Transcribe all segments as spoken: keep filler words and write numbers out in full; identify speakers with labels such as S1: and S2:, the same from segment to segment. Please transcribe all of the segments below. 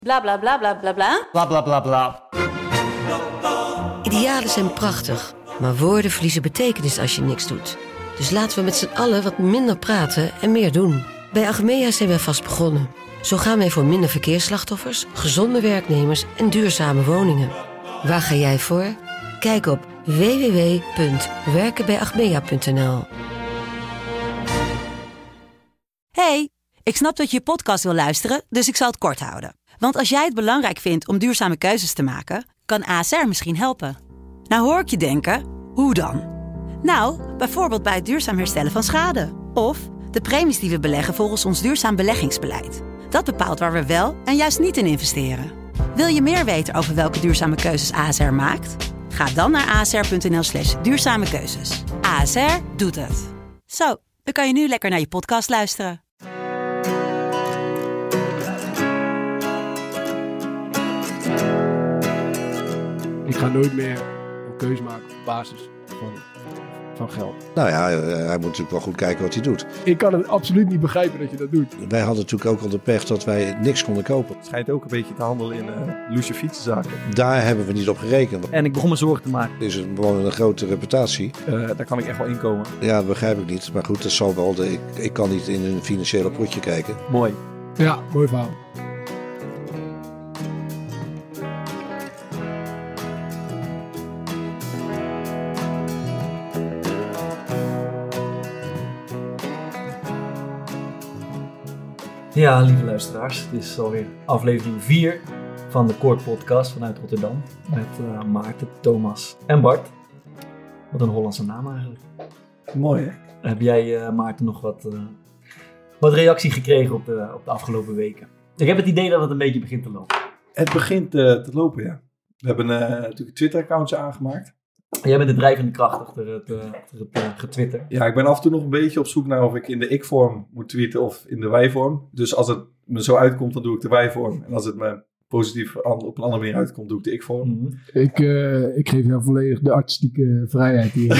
S1: Bla bla bla bla bla bla.
S2: Bla bla bla bla.
S3: Idealen zijn prachtig, maar woorden verliezen betekenis als je niks doet. Dus laten we met z'n allen wat minder praten en meer doen. Bij Achmea zijn wij vast begonnen. Zo gaan wij voor minder verkeersslachtoffers, gezonde werknemers en duurzame woningen. Waar ga jij voor? Kijk op w w w punt werken bij achmea punt n l.
S4: Hey, ik snap dat je je podcast wil luisteren, dus ik zal het kort houden. Want als jij het belangrijk vindt om duurzame keuzes te maken, kan A S R misschien helpen. Nou hoor ik je denken, hoe dan? Nou, bijvoorbeeld bij het duurzaam herstellen van schade. Of de premies die we beleggen volgens ons duurzaam beleggingsbeleid. Dat bepaalt waar we wel en juist niet in investeren. Wil je meer weten over welke duurzame keuzes A S R maakt? Ga dan naar asr.nl slash duurzame keuzes. A S R doet het. Zo, dan kan je nu lekker naar je podcast luisteren.
S5: Ik ga nooit meer een keuze maken op basis van, van geld.
S6: Nou ja, hij moet natuurlijk wel goed kijken wat hij doet.
S5: Ik kan het absoluut niet begrijpen dat je dat doet.
S6: Wij hadden natuurlijk ook al de pech dat wij niks konden kopen.
S7: Het schijnt ook een beetje te handelen in uh, loesje fietsenzaken.
S6: Daar hebben we niet op gerekend.
S7: En ik begon me zorgen te maken.
S6: Het is een, gewoon een grote reputatie.
S7: Uh, daar kan ik echt wel in komen.
S6: Ja, dat begrijp ik niet. Maar goed, dat zal wel. De, ik, ik kan niet in een financiële potje kijken.
S7: Mooi.
S5: Ja, mooi verhaal.
S8: Ja, lieve luisteraars, dit is alweer aflevering vier van de Koord Podcast vanuit Rotterdam met uh, Maarten, Thomas en Bart. Wat een Hollandse naam eigenlijk.
S7: Mooi hè?
S8: Heb jij, uh, Maarten, nog wat, uh, wat reactie gekregen op de, op de afgelopen weken? Ik heb het idee dat het een beetje begint te lopen.
S7: Het begint uh, te lopen, ja. We hebben uh, natuurlijk een Twitter-accountje aangemaakt.
S8: Jij bent de drijvende kracht achter het, uh, achter het uh, getwitter.
S7: Ja, ik ben af en toe nog een beetje op zoek naar of ik in de ik-vorm moet tweeten of in de wij-vorm. Dus als het me zo uitkomt, dan doe ik de wij-vorm. En als het me positief op een andere manier uitkomt, doe ik de ik-vorm.
S8: Mm-hmm.
S5: Ik, uh, ik geef jou volledig de artistieke vrijheid hier.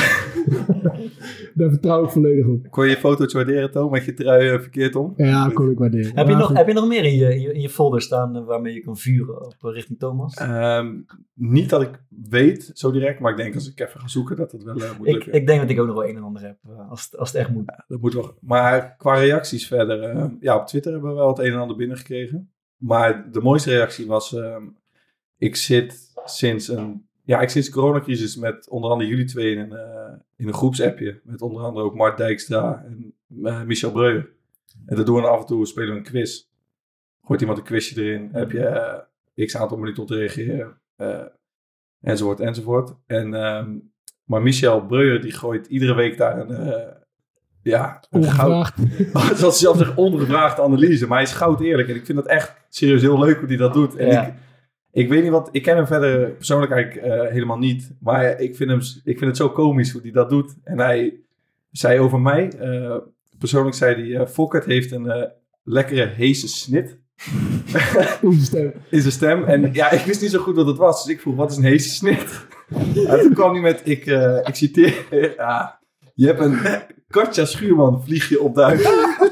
S5: Daar vertrouw ik volledig op.
S7: Kon je je fotootje waarderen, Toon, met je trui uh, verkeerd om?
S5: Ja, kon ik waarderen.
S8: Heb je, nog, heb je nog meer in je, in je, in je folder staan uh, waarmee je kan vuren op uh, richting Thomas?
S7: Um, niet dat ik weet, zo direct, maar ik denk als ik even ga zoeken dat het wel uh, moet
S8: ik,
S7: lukken.
S8: ik denk dat ik ook nog wel een en ander heb, uh, als, het, als het echt moet.
S7: Ja, dat moet wel. Maar qua reacties verder, uh, ja, op Twitter hebben we wel het een en ander binnengekregen. Maar de mooiste reactie was, uh, ik zit sinds een, ja, ik sinds de coronacrisis met onder andere jullie twee in een, uh, in een groepsappje. Met onder andere ook Mart Dijkstra en uh, Michel Breuer. En dat doen we af en toe, spelen we een quiz. Gooit iemand een quizje erin, heb je uh, x aantal minuten om te reageren. Uh, enzovoort, enzovoort. En, um, maar Michel Breuer die gooit iedere week daar een, uh, ja, een
S5: Ongevraagd.
S7: goud... Zoals hij zelf zegt, ongevraagde analyse. Maar hij is goud eerlijk. En ik vind dat echt serieus heel leuk hoe hij dat doet. En
S8: Ja.
S7: ik, ik weet niet wat... Ik ken hem verder persoonlijk eigenlijk uh, helemaal niet. Maar ik vind, hem, ik vind het zo komisch hoe hij dat doet. En hij zei over mij... Uh, persoonlijk zei hij... Uh, Fokkert heeft een uh, lekkere heese snit.
S5: In zijn stem.
S7: In zijn stem. En ja, ik wist niet zo goed wat het was. Dus ik vroeg, wat is een heese snit? En toen kwam hij met... Ik, uh, ik citeer... Ja, je hebt een... Katja Schuurman vlieg je op duik.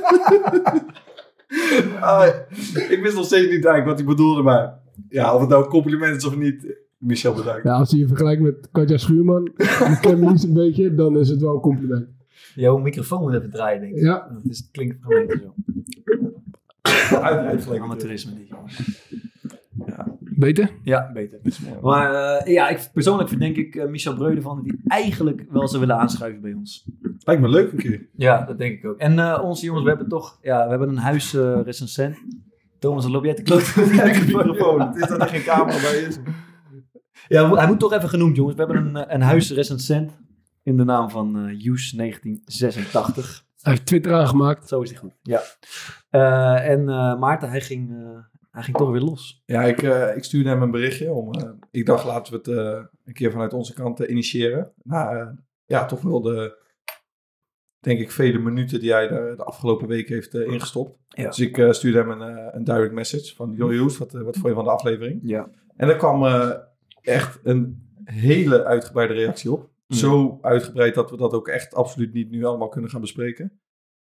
S7: ah, ik wist nog steeds niet eigenlijk wat hij bedoelde, maar ja, of het nou een compliment is of niet, Michel bedankt.
S5: Ja, als je je vergelijkt met Katja Schuurman, ik ken hem niet een beetje, dan is het wel een compliment.
S8: Jouw microfoon moet even draaien, denk ik.
S5: Ja.
S8: Dat is, het klinkt gemeten zo.
S7: Uit, uitgelijk.
S8: Amateurisme, die jongens.
S7: Ja.
S5: Beter?
S8: Ja, beter. Maar uh, ja, ik, persoonlijk vind denk ik uh, Michel Breuer van die eigenlijk wel zou willen aanschuiven bij ons.
S7: Lijkt me leuk een keer.
S8: Ja, dat denk ik ook. En uh, onze jongens, we hebben toch, ja, we hebben een huisrecensent. Uh, Thomas, dan loop jij te kloten met de microfoon.
S7: Het is dat er geen camera bij is.
S8: Ja, hij moet toch even genoemd, jongens. We hebben een, een huisrecensent in de naam van uh, Joes negentien zesentachtig.
S5: Hij heeft Twitter aangemaakt.
S8: Zo is hij goed, ja. Uh, en uh, Maarten, hij ging, uh, hij ging toch weer los.
S7: Ja, ik, uh, ik stuurde hem een berichtje. Om, uh, ik dacht, laten we het uh, een keer vanuit onze kant uh, initiëren. Nou, uh, ja, toch wel de, denk ik, vele minuten die hij de, de afgelopen week heeft uh, ingestopt. Ja. Dus ik uh, stuurde hem een, uh, een direct message van, joh Joes, wat, uh, wat vond je van de aflevering?
S8: Ja.
S7: En er kwam uh, echt een hele uitgebreide reactie op. Mm. Zo uitgebreid dat we dat ook echt absoluut niet nu allemaal kunnen gaan bespreken.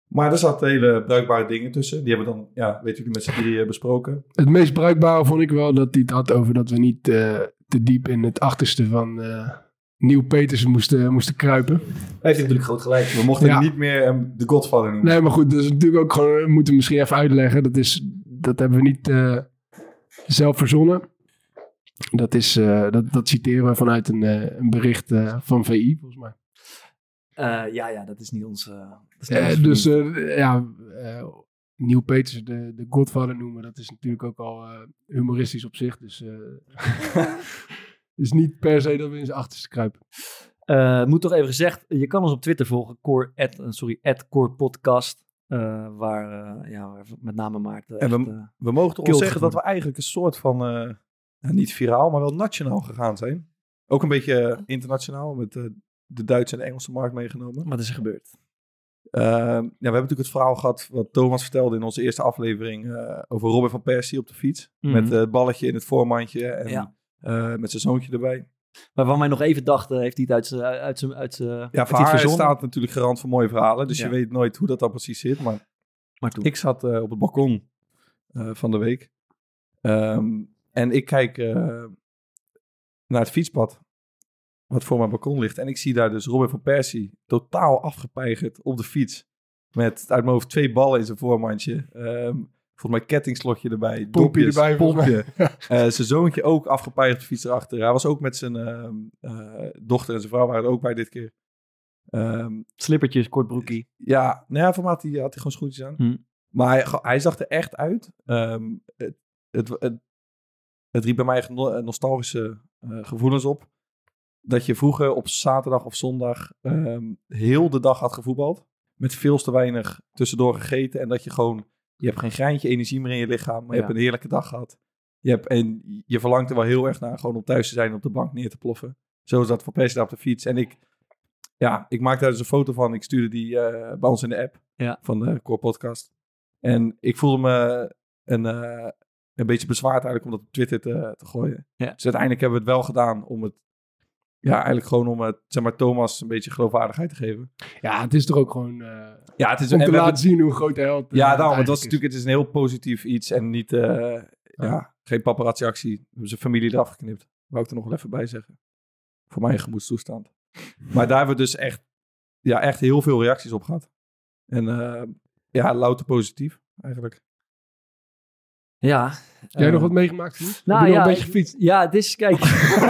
S7: Maar er zaten hele bruikbare dingen tussen. Die hebben we dan, ja, weet jullie, met z'n drieën besproken.
S5: Het meest bruikbare vond ik wel dat hij het had over dat we niet uh, te diep in het achterste van uh, Nieuw Petersen moesten, moesten kruipen.
S8: Hij heeft natuurlijk groot gelijk.
S7: We mochten ja. niet meer um, de Godfather noemen.
S5: Nee, maar goed, dat is natuurlijk ook gewoon, we moeten misschien even uitleggen. Dat, is, dat hebben we niet uh, zelf verzonnen. Dat, is, uh, dat, dat citeren we vanuit een, uh, een bericht uh, van V I, volgens mij.
S8: Uh, ja, ja, dat is niet ons... Uh, dat is
S5: niet uh,
S8: ons
S5: dus uh, ja, uh, Nieuw Petersen de, de Godfather noemen, dat is natuurlijk ook al uh, humoristisch op zich. Dus uh, is niet per se dat we in zijn achterste kruipen.
S8: Uh, moet toch even gezegd, je kan ons op Twitter volgen, core, at, sorry, at core podcast. Uh, waar, uh, ja, waar met name Maarten
S7: en
S8: echt,
S7: we,
S8: uh,
S7: we mogen toch wel zeggen dat we eigenlijk een soort van, uh, ja, niet viraal, maar wel nationaal gegaan zijn. Ook een beetje uh, internationaal, met uh, de Duitse en de Engelse markt meegenomen.
S8: Wat is er gebeurd?
S7: Uh, ja, we hebben natuurlijk het verhaal gehad wat Thomas vertelde in onze eerste aflevering uh, over Robin van Persie op de fiets. Mm-hmm. Met uh, het balletje in het voormandje en
S8: ja.
S7: uh, met zijn zoontje erbij.
S8: Waarvan wij nog even dachten, heeft hij het uit zijn... Uit zijn, uit zijn,
S7: ja, voor haar staat natuurlijk garant voor mooie verhalen. Dus ja. je weet nooit hoe dat dan precies zit. Maar,
S8: maar toen.
S7: Ik zat uh, op het balkon uh, van de week. Um, en ik kijk uh, naar het fietspad. Wat voor mijn balkon ligt. En ik zie daar dus Robin van Persie totaal afgepeigerd op de fiets. Met uit mijn hoofd twee ballen in zijn voormandje. Um, volgens mij kettingslotje erbij.
S5: Pompje
S7: dopjes,
S5: erbij.
S7: Pompje. uh, zijn zoontje ook afgepeigerd op de fiets erachter. Hij was ook met zijn uh, uh, dochter en zijn vrouw waren er ook bij dit keer.
S8: Um, Slippertjes, kort broekie.
S7: Ja, nou ja, voor mij had hij, had hij gewoon schoentjes aan.
S8: Hm.
S7: Maar hij, hij zag er echt uit. Um, het, het, het, het riep bij mij echt no- nostalgische uh, gevoelens op. Dat je vroeger op zaterdag of zondag um, heel de dag had gevoetbald. Met veel te weinig tussendoor gegeten. En dat je gewoon, je hebt geen greintje energie meer in je lichaam. Maar je ja. hebt een heerlijke dag gehad. Je hebt, en je verlangt er wel heel erg naar gewoon om thuis te zijn en op de bank neer te ploffen. Zo is dat voor Persie op de fiets. En ik, ja, ik maakte daar dus een foto van. Ik stuurde die uh, bij ons in de app
S8: ja.
S7: van de Core Podcast. En ik voelde me een, uh, een beetje bezwaard eigenlijk om dat op Twitter te, te gooien.
S8: Ja.
S7: Dus uiteindelijk hebben we het wel gedaan om het, ja, eigenlijk gewoon om het, zeg maar, Thomas een beetje geloofwaardigheid te geven.
S5: Ja, het is toch ook gewoon uh,
S7: ja, het is,
S5: om te laten
S7: hebben,
S5: zien hoe groot de held uh,
S7: ja, daarom, het was
S5: is.
S7: natuurlijk, het is een heel positief iets en niet, uh, ja. ja, geen paparazzi-actie. We hebben zijn familie eraf geknipt. Wou ik er nog wel even bij zeggen. Voor mijn gemoedstoestand. Maar daar hebben we dus echt, ja, echt heel veel reacties op gehad. En uh, ja, louter positief eigenlijk.
S8: Ja.
S5: Jij
S8: uh,
S5: nog wat meegemaakt? Niet?
S8: Nou
S5: Heb je
S8: ja,
S5: nog een beetje gefietst?
S8: Ja, het is, kijk.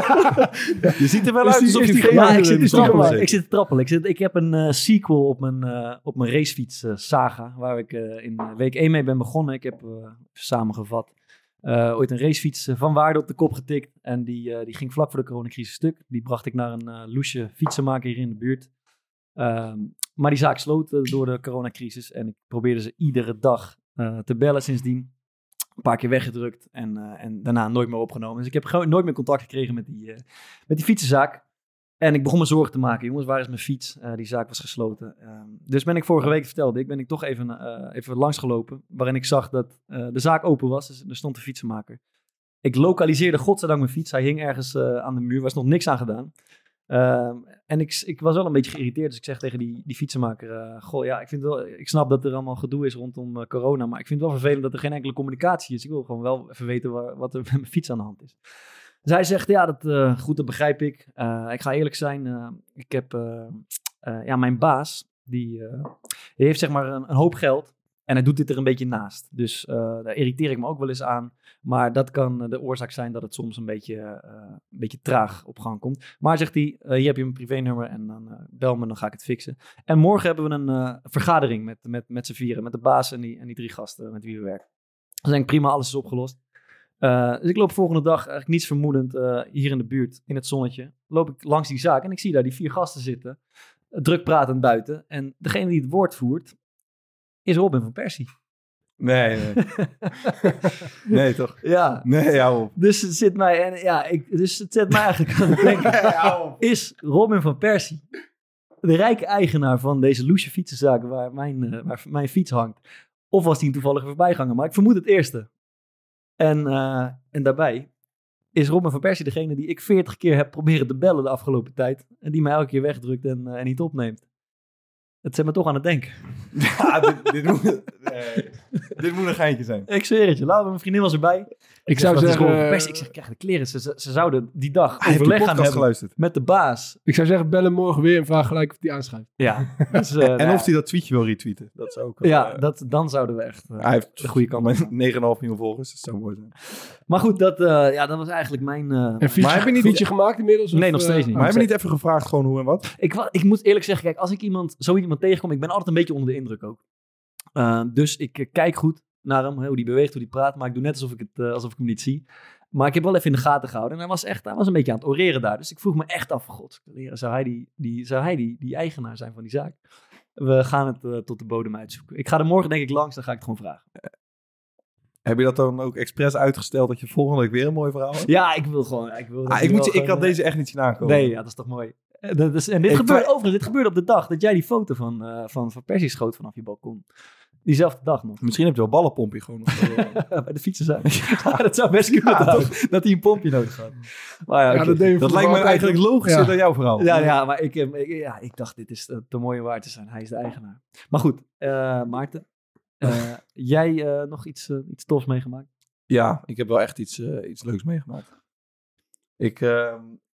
S7: Je ziet er wel
S5: is
S7: uit
S5: die,
S7: alsof je
S5: die,
S8: ja, ik zit te trappelen.
S7: Ik,
S8: ik zit te trappelen. Ik, zit, ik heb een uh, sequel op mijn, uh, op mijn racefiets uh, saga, waar ik uh, in week één mee ben begonnen. Ik heb uh, samengevat uh, ooit een racefiets uh, van waarde op de kop getikt. En die, uh, die ging vlak voor de coronacrisis stuk. Die bracht ik naar een uh, loesje fietsenmaker hier in de buurt. Um, maar die zaak sloot uh, door de coronacrisis. En ik probeerde ze iedere dag uh, te bellen sindsdien. Een paar keer weggedrukt en, uh, en daarna nooit meer opgenomen. Dus ik heb gewoon nooit meer contact gekregen met die, uh, met die fietsenzaak. En ik begon me zorgen te maken. Jongens, waar is mijn fiets? Uh, die zaak was gesloten. Um, dus ben ik vorige week, vertelde ik, ben ik toch even, uh, even langsgelopen. Waarin ik zag dat uh, de zaak open was. Dus er stond een fietsenmaker. Ik lokaliseerde godzijdank mijn fiets. Hij hing ergens uh, aan de muur. Er was nog niks aan gedaan. Uh, en ik, ik was wel een beetje geïrriteerd. Dus ik zeg tegen die, die fietsenmaker. Uh, goh, ja, ik, vind wel, ik snap dat er allemaal gedoe is rondom uh, corona. Maar ik vind het wel vervelend dat er geen enkele communicatie is. Ik wil gewoon wel even weten waar, wat er met mijn fiets aan de hand is. Dus hij zegt, ja, dat, uh, goed, dat begrijp ik. Uh, ik ga eerlijk zijn. Uh, ik heb, uh, uh, ja, mijn baas, die, uh, die heeft zeg maar een, een hoop geld. En hij doet dit er een beetje naast. Dus uh, daar irriteer ik me ook wel eens aan. Maar dat kan de oorzaak zijn dat het soms een beetje, uh, een beetje traag op gang komt. Maar zegt hij, uh, hier heb je mijn privénummer en dan uh, bel me, dan ga ik het fixen. En morgen hebben we een uh, vergadering met, met, met z'n vieren. Met de baas en die, en die drie gasten met wie we werken. Dus denk ik, prima, alles is opgelost. Uh, dus ik loop volgende dag, eigenlijk niets vermoedend, uh, hier in de buurt, in het zonnetje. Loop ik langs die zaak en ik zie daar die vier gasten zitten. Uh, druk pratend buiten. En degene die het woord voert, is Robin van Persie.
S7: Nee, nee. Nee, toch?
S8: Ja.
S7: Nee, hou op.
S8: Dus het zit mij, en ja, ik, dus het zet mij eigenlijk aan het denken. Is Robin van Persie de rijke eigenaar van deze loesje fietsenzaak waar mijn, uh, waar mijn fiets hangt? Of was hij een toevallige voorbijganger? Maar ik vermoed het eerste. En, uh, en daarbij is Robin van Persie degene die ik veertig keer heb proberen te bellen de afgelopen tijd. En die mij elke keer wegdrukt en, uh, en niet opneemt. Het zet me toch aan het denken.
S1: Ja, dit, dit, moet, nee, dit moet een geintje zijn.
S8: Ik zweer het je. Laten we mijn vriendin was erbij.
S5: Ik zou
S8: zeg,
S5: zeggen...
S8: gewoon
S5: eh,
S8: verpest. Ik zeg, krijg de kleren. Ze, ze, ze zouden die dag
S1: Hij heeft de
S8: overleg gaan
S1: podcast
S8: hebben
S1: geluisterd.
S8: met de baas.
S5: Ik zou zeggen, bel hem morgen weer en vraag gelijk of hij aanschrijft.
S8: Ja. Dus, uh,
S1: En
S8: nou,
S1: of hij dat tweetje wil retweeten. Dat is ook...
S8: Ja,
S1: uh,
S8: dat, dan zouden we echt uh,
S1: hij heeft
S8: de goede kant
S1: met
S8: op.
S1: negen komma vijf miljoen volgers. Dat zou mooi zijn.
S8: Maar goed, dat, uh, ja, dat was eigenlijk mijn... Uh,
S5: En fietsje,
S1: Maar heb je niet-
S5: fietsje gemaakt inmiddels?
S8: Nee,
S5: of,
S8: nog steeds
S5: eh,
S8: niet.
S1: Maar hebben we niet even gevraagd gewoon hoe en wat?
S8: Ik, wa- ik moet eerlijk zeggen, kijk, als ik iemand, zo iemand tegenkom, ik ben altijd een beetje onder de indruk ook. Uh, dus ik uh, kijk goed naar hem, hoe die beweegt, hoe die praat, maar ik doe net alsof ik, het, uh, alsof ik hem niet zie. Maar ik heb wel even in de gaten gehouden en hij was echt, hij was een beetje aan het oreren daar. Dus ik vroeg me echt af, god, zou hij die, die, zou hij die, die eigenaar zijn van die zaak? We gaan het uh, tot de bodem uitzoeken. Ik ga er morgen denk ik langs, dan ga ik het gewoon vragen.
S1: Heb je dat dan ook expres uitgesteld dat je volgende week weer een mooi verhaal hebt?
S8: Ja, ik wil gewoon... Ik, wil,
S1: Ah, ik, moet je, ik had deze echt niet zien aankomen.
S8: Nee, ja, dat is toch mooi. Uh, dat is, en dit
S1: Ik
S8: gebeurde
S1: twa-
S8: overigens, dit gebeurde op de dag dat jij die foto van, uh, van, van Persie schoot vanaf je balkon. Diezelfde dag nog.
S1: Misschien heb je wel ballenpompje gewoon. Nog, uh,
S8: Bij de fietsen zijn. Ja, dat zou best kunnen
S1: Ja,
S8: trouwens, dat hij een pompje nodig had. Maar ja,
S5: Ja,
S8: oké.
S5: dat deed je
S1: dat
S5: vroeger
S1: lijkt me
S5: altijd.
S1: eigenlijk logischer
S5: Ja.
S1: dan jouw verhaal.
S8: ja, ja, maar ik, eh, ik, ja, ik dacht, dit is uh, te mooi om waar te zijn. Hij is de eigenaar. Maar goed, uh, Maarten. Uh, jij uh, nog iets, uh, iets tofs meegemaakt?
S1: Ja, ik heb wel echt iets, uh, iets leuks meegemaakt. Ik, uh,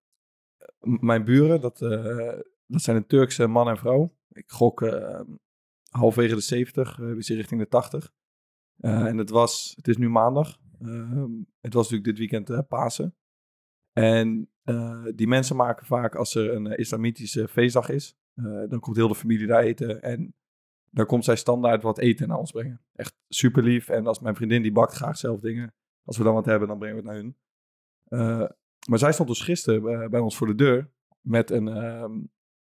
S1: m- mijn buren, dat, uh, dat zijn een Turkse man en vrouw. Ik gok uh, halverwege de zeventig, uh, we zijn richting de tachtig. Uh, en het was, het is nu maandag. Uh, het was natuurlijk dit weekend uh, Pasen. En uh, die mensen maken vaak, als er een uh, islamitische feestdag is, uh, dan komt heel de familie daar eten. En dan komt zij standaard wat eten naar ons brengen. Echt super lief. En als mijn vriendin die bakt graag zelf dingen. Als we dan wat hebben, dan brengen we het naar hun. Uh, maar zij stond dus gisteren uh, bij ons voor de deur met een, um,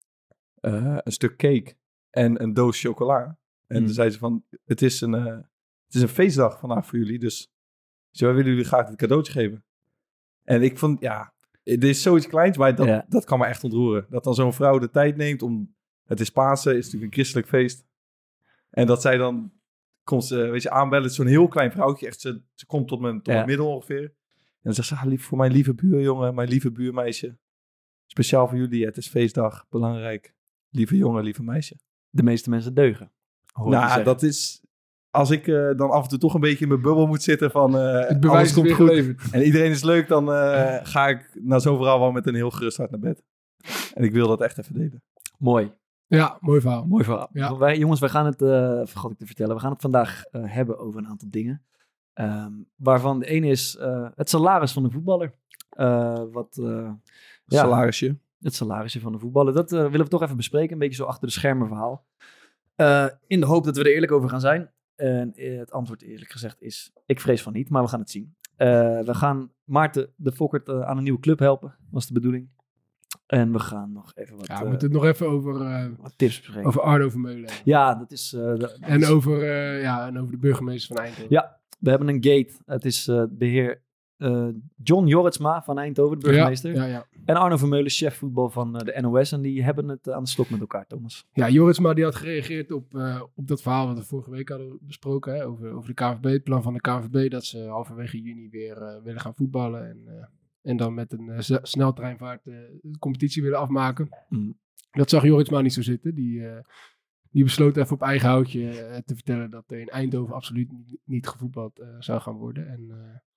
S1: uh, een stuk cake en een doos chocola. En
S8: Mm.
S1: toen zei ze van, het is, een, uh, het is een feestdag vandaag voor jullie. Dus, dus wij willen jullie graag dit cadeautje geven. En ik vond, ja, dit is zoiets kleins, maar dat,
S8: Ja.
S1: dat kan me echt ontroeren. Dat dan zo'n vrouw de tijd neemt om, het is Pasen, is natuurlijk een christelijk feest. En dat zij dan komt ze, weet je, aanbellen. Het is zo'n heel klein vrouwtje. Echt, ze, ze komt tot mijn, tot
S8: Ja.
S1: mijn middel ongeveer. En dan zegt ze, ah, lief, voor mijn lieve buurjongen, mijn lieve buurmeisje. Speciaal voor jullie, het is feestdag, belangrijk. Lieve jongen, lieve meisje.
S8: De meeste mensen deugen. hoor ik je
S1: Nou,
S8: zeggen.
S1: dat is... Als ik uh, dan af en toe toch een beetje in mijn bubbel moet zitten van... Uh,
S5: Het
S1: alles
S5: bewijs is
S1: komt
S5: weer
S1: goed
S5: geleverd.
S1: en iedereen is leuk, dan uh, ga ik na zo'n verhaal wel met een heel gerust hart naar bed. En ik wil dat echt even delen.
S8: Mooi.
S5: Ja, mooi verhaal.
S8: Mooi verhaal.
S5: Ja.
S8: Wij, jongens, wij gaan het, uh, vergat ik te vertellen, we gaan het vandaag uh, hebben over een aantal dingen. Um, waarvan de ene is uh, het salaris van de voetballer. Uh, wat, uh, ja,
S1: Salarisje.
S8: het salarisje van de voetballer. Dat uh, willen we toch even bespreken. Een beetje zo achter de schermen verhaal. Uh, in de hoop dat we er eerlijk over gaan zijn. En uh, het antwoord eerlijk gezegd is, ik vrees van niet, maar we gaan het zien. Uh, we gaan Maarten de Fokkert uh, aan een nieuwe club helpen, was de bedoeling. En we gaan nog even wat,
S5: Ja, we
S8: uh,
S5: moeten het nog even over, uh,
S8: wat tips bespreken.
S5: over Arno Vermeulen hebben.
S8: Ja, dat is... Uh, dat
S5: En
S8: is-
S5: over, uh, ja, en over de burgemeester van Eindhoven.
S8: Ja, we hebben een gate. Het is uh, de heer uh, John Jorritsma van Eindhoven, de burgemeester.
S5: Ja, ja, ja.
S8: En Arno Vermeulen, chef voetbal van uh, de N O S. En die hebben het uh, aan de stok met elkaar, Thomas.
S5: Ja, Jorritsma die had gereageerd op, uh, op dat verhaal wat we vorige week hadden besproken. Hè, over, over de K N V B, het plan van de K N V B. Dat ze halverwege juni weer uh, willen gaan voetballen. En, uh, en dan met een uh, s- sneltreinvaart uh, de competitie willen afmaken.
S8: Mm.
S5: Dat zag Jorritsma niet zo zitten. Die, uh, die besloot even op eigen houtje uh, te vertellen dat er in Eindhoven absoluut niet, niet gevoetbald uh, zou gaan worden. En, uh,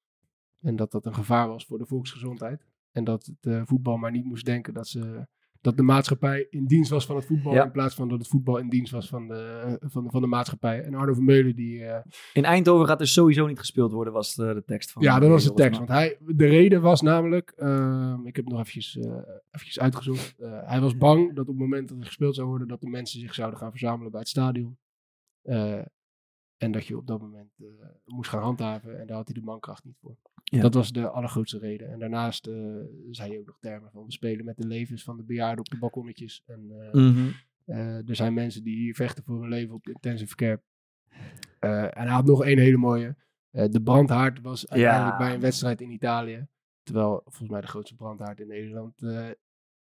S5: en dat dat een gevaar was voor de volksgezondheid. En dat het uh, voetbal maar niet moest denken dat, ze, dat de maatschappij in dienst was van het voetbal.
S8: Ja.
S5: In plaats van dat het voetbal in dienst was van de, uh, van de, van de maatschappij. En Arno Vermeulen die... Uh,
S8: In Eindhoven gaat er sowieso niet gespeeld worden, was de, de tekst van...
S5: ja, dat was de tekst.
S8: Jorritsma.
S5: Want hij, de reden was namelijk... Uh, ik heb het nog eventjes, uh, eventjes uitgezocht. Uh, hij was bang dat op het moment dat er gespeeld zou worden... dat de mensen zich zouden gaan verzamelen bij het stadion. Uh, en dat je op dat moment uh, moest gaan handhaven. En daar had hij de mankracht niet voor.
S8: Ja.
S5: Dat was de allergrootste reden. En daarnaast uh, zei hij ook nog termen van... we spelen met de levens van de bejaarden op de balkonnetjes. En uh,
S8: Mhm.
S5: uh, er zijn mensen die hier vechten voor hun leven op de intensive care. Uh, en hij had nog één hele mooie. Uh, de brandhaard was uiteindelijk
S8: Ja.
S5: bij een wedstrijd in Italië. Terwijl volgens mij de grootste brandhaard in Nederland uh,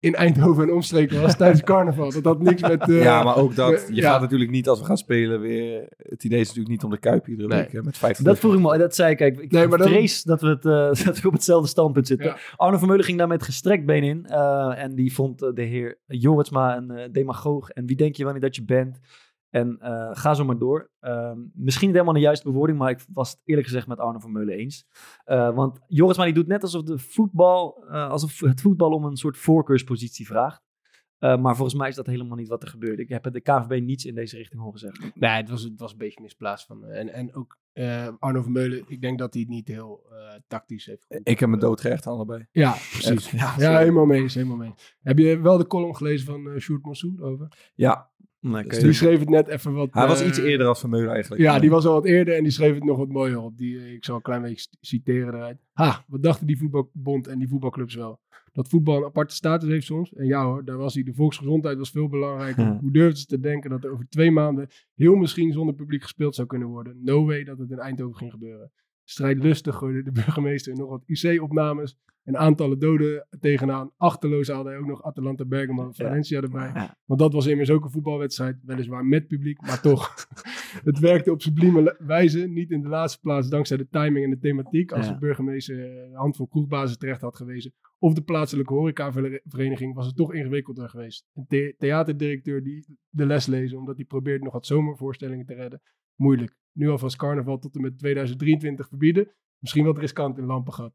S5: in Eindhoven en omstreken was tijdens carnaval. Dat had niks met... Uh,
S1: ja, maar ook dat. Je
S5: ja.
S1: gaat natuurlijk niet als we gaan spelen weer... Het idee is natuurlijk niet om de Kuip iedere
S5: Nee.
S1: week hè, met vijftig.
S8: Dat vroeg ik me, dat zei ik. Kijk, ik
S5: Nee, maar dan-
S8: vrees dat we, het, uh, dat we op hetzelfde standpunt zitten.
S5: Ja.
S8: Arno Vermeulen ging daar met gestrekt been in. Uh, en die vond uh, de heer Jorritsma een uh, demagoog. En wie denk je wanneer dat je bent? En uh, ga zo maar door. Uh, misschien niet helemaal de juiste bewoording, maar ik was het eerlijk gezegd met Arno Vermeulen eens. Uh, want Jorritsma die doet net alsof, de voetbal, uh, alsof het voetbal om een soort voorkeurspositie vraagt. Uh, maar volgens mij is dat helemaal niet wat er gebeurde. Ik heb de K N V B niets in deze richting horen zeggen.
S5: Nee, het was, het was een beetje misplaatst. Van, en, en ook uh, Arno Vermeulen, ik denk dat hij het niet heel uh, tactisch heeft gedaan.
S1: Ik heb me doodgerecht aan allebei.
S5: Ja, precies.
S1: Ja,
S5: Ja, helemaal mee eens, helemaal mee eens. Heb je wel de column gelezen van uh, Sjoerd Mansour over?
S1: Ja,
S8: Nee,
S1: Dus
S5: Die schreef het net even wat...
S1: hij was
S5: uh,
S1: iets eerder als Vermeulen eigenlijk.
S5: Ja, die was al wat eerder en die schreef het nog wat mooier op. Die, uh, ik zal een klein beetje citeren eruit. Ha, wat dachten die voetbalbond en die voetbalclubs wel? Dat voetbal een aparte status heeft soms. En ja hoor, daar was hij. De volksgezondheid was veel belangrijker.
S8: Ja.
S5: Hoe durfden ze te denken dat er over twee maanden heel misschien zonder publiek gespeeld zou kunnen worden? No way dat het in Eindhoven ging gebeuren. Strijdlustig gooide de burgemeester nog wat I C-opnames en aantallen doden tegenaan. Achterloos haalde hij ook nog Atalanta Bergamo en Valencia erbij.
S8: Ja.
S5: Want dat was immers ook een voetbalwedstrijd, weliswaar met publiek, maar toch. Het werkte op sublieme wijze, niet in de laatste plaats dankzij de timing en de thematiek. Als
S8: Ja.
S5: de burgemeester een handvol kroegbazen terecht had gewezen, of de plaatselijke horecavereniging, was het toch ingewikkelder geweest. Een the- theaterdirecteur die de les lezen, omdat hij probeert nog wat zomervoorstellingen te redden. Moeilijk. Nu alvast carnaval tot en met tweeduizend drieëntwintig verbieden. Misschien wat riskant in Lampengat.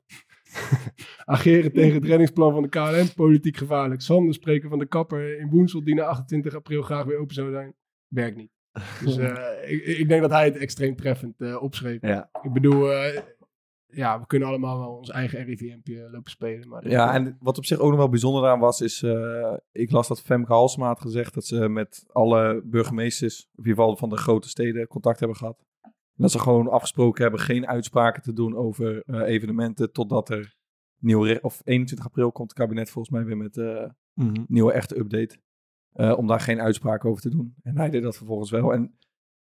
S5: Ageren tegen het reddingsplan van de K L M, politiek gevaarlijk. Sander spreken van de kapper in Woensel, die na achtentwintig april graag weer open zou zijn. Werkt niet. Dus uh, ik, ik denk dat hij het extreem treffend uh, opschreef.
S8: Ja.
S5: Ik bedoel, uh, ja, we kunnen allemaal wel ons eigen R I V M'tje lopen spelen. Maar
S1: Ja, en wat op zich ook nog wel bijzonder aan was, is... Uh, ik las dat Femke Halsema had gezegd dat ze met alle burgemeesters, in ieder geval van de grote steden, contact hebben gehad. En dat ze gewoon afgesproken hebben geen uitspraken te doen over uh, evenementen totdat er nieuw... Re- of eenentwintig april komt het kabinet volgens mij weer met uh,
S8: Mm-hmm.
S1: nieuwe echte update. Uh, om daar geen uitspraken over te doen. En hij deed dat vervolgens wel. En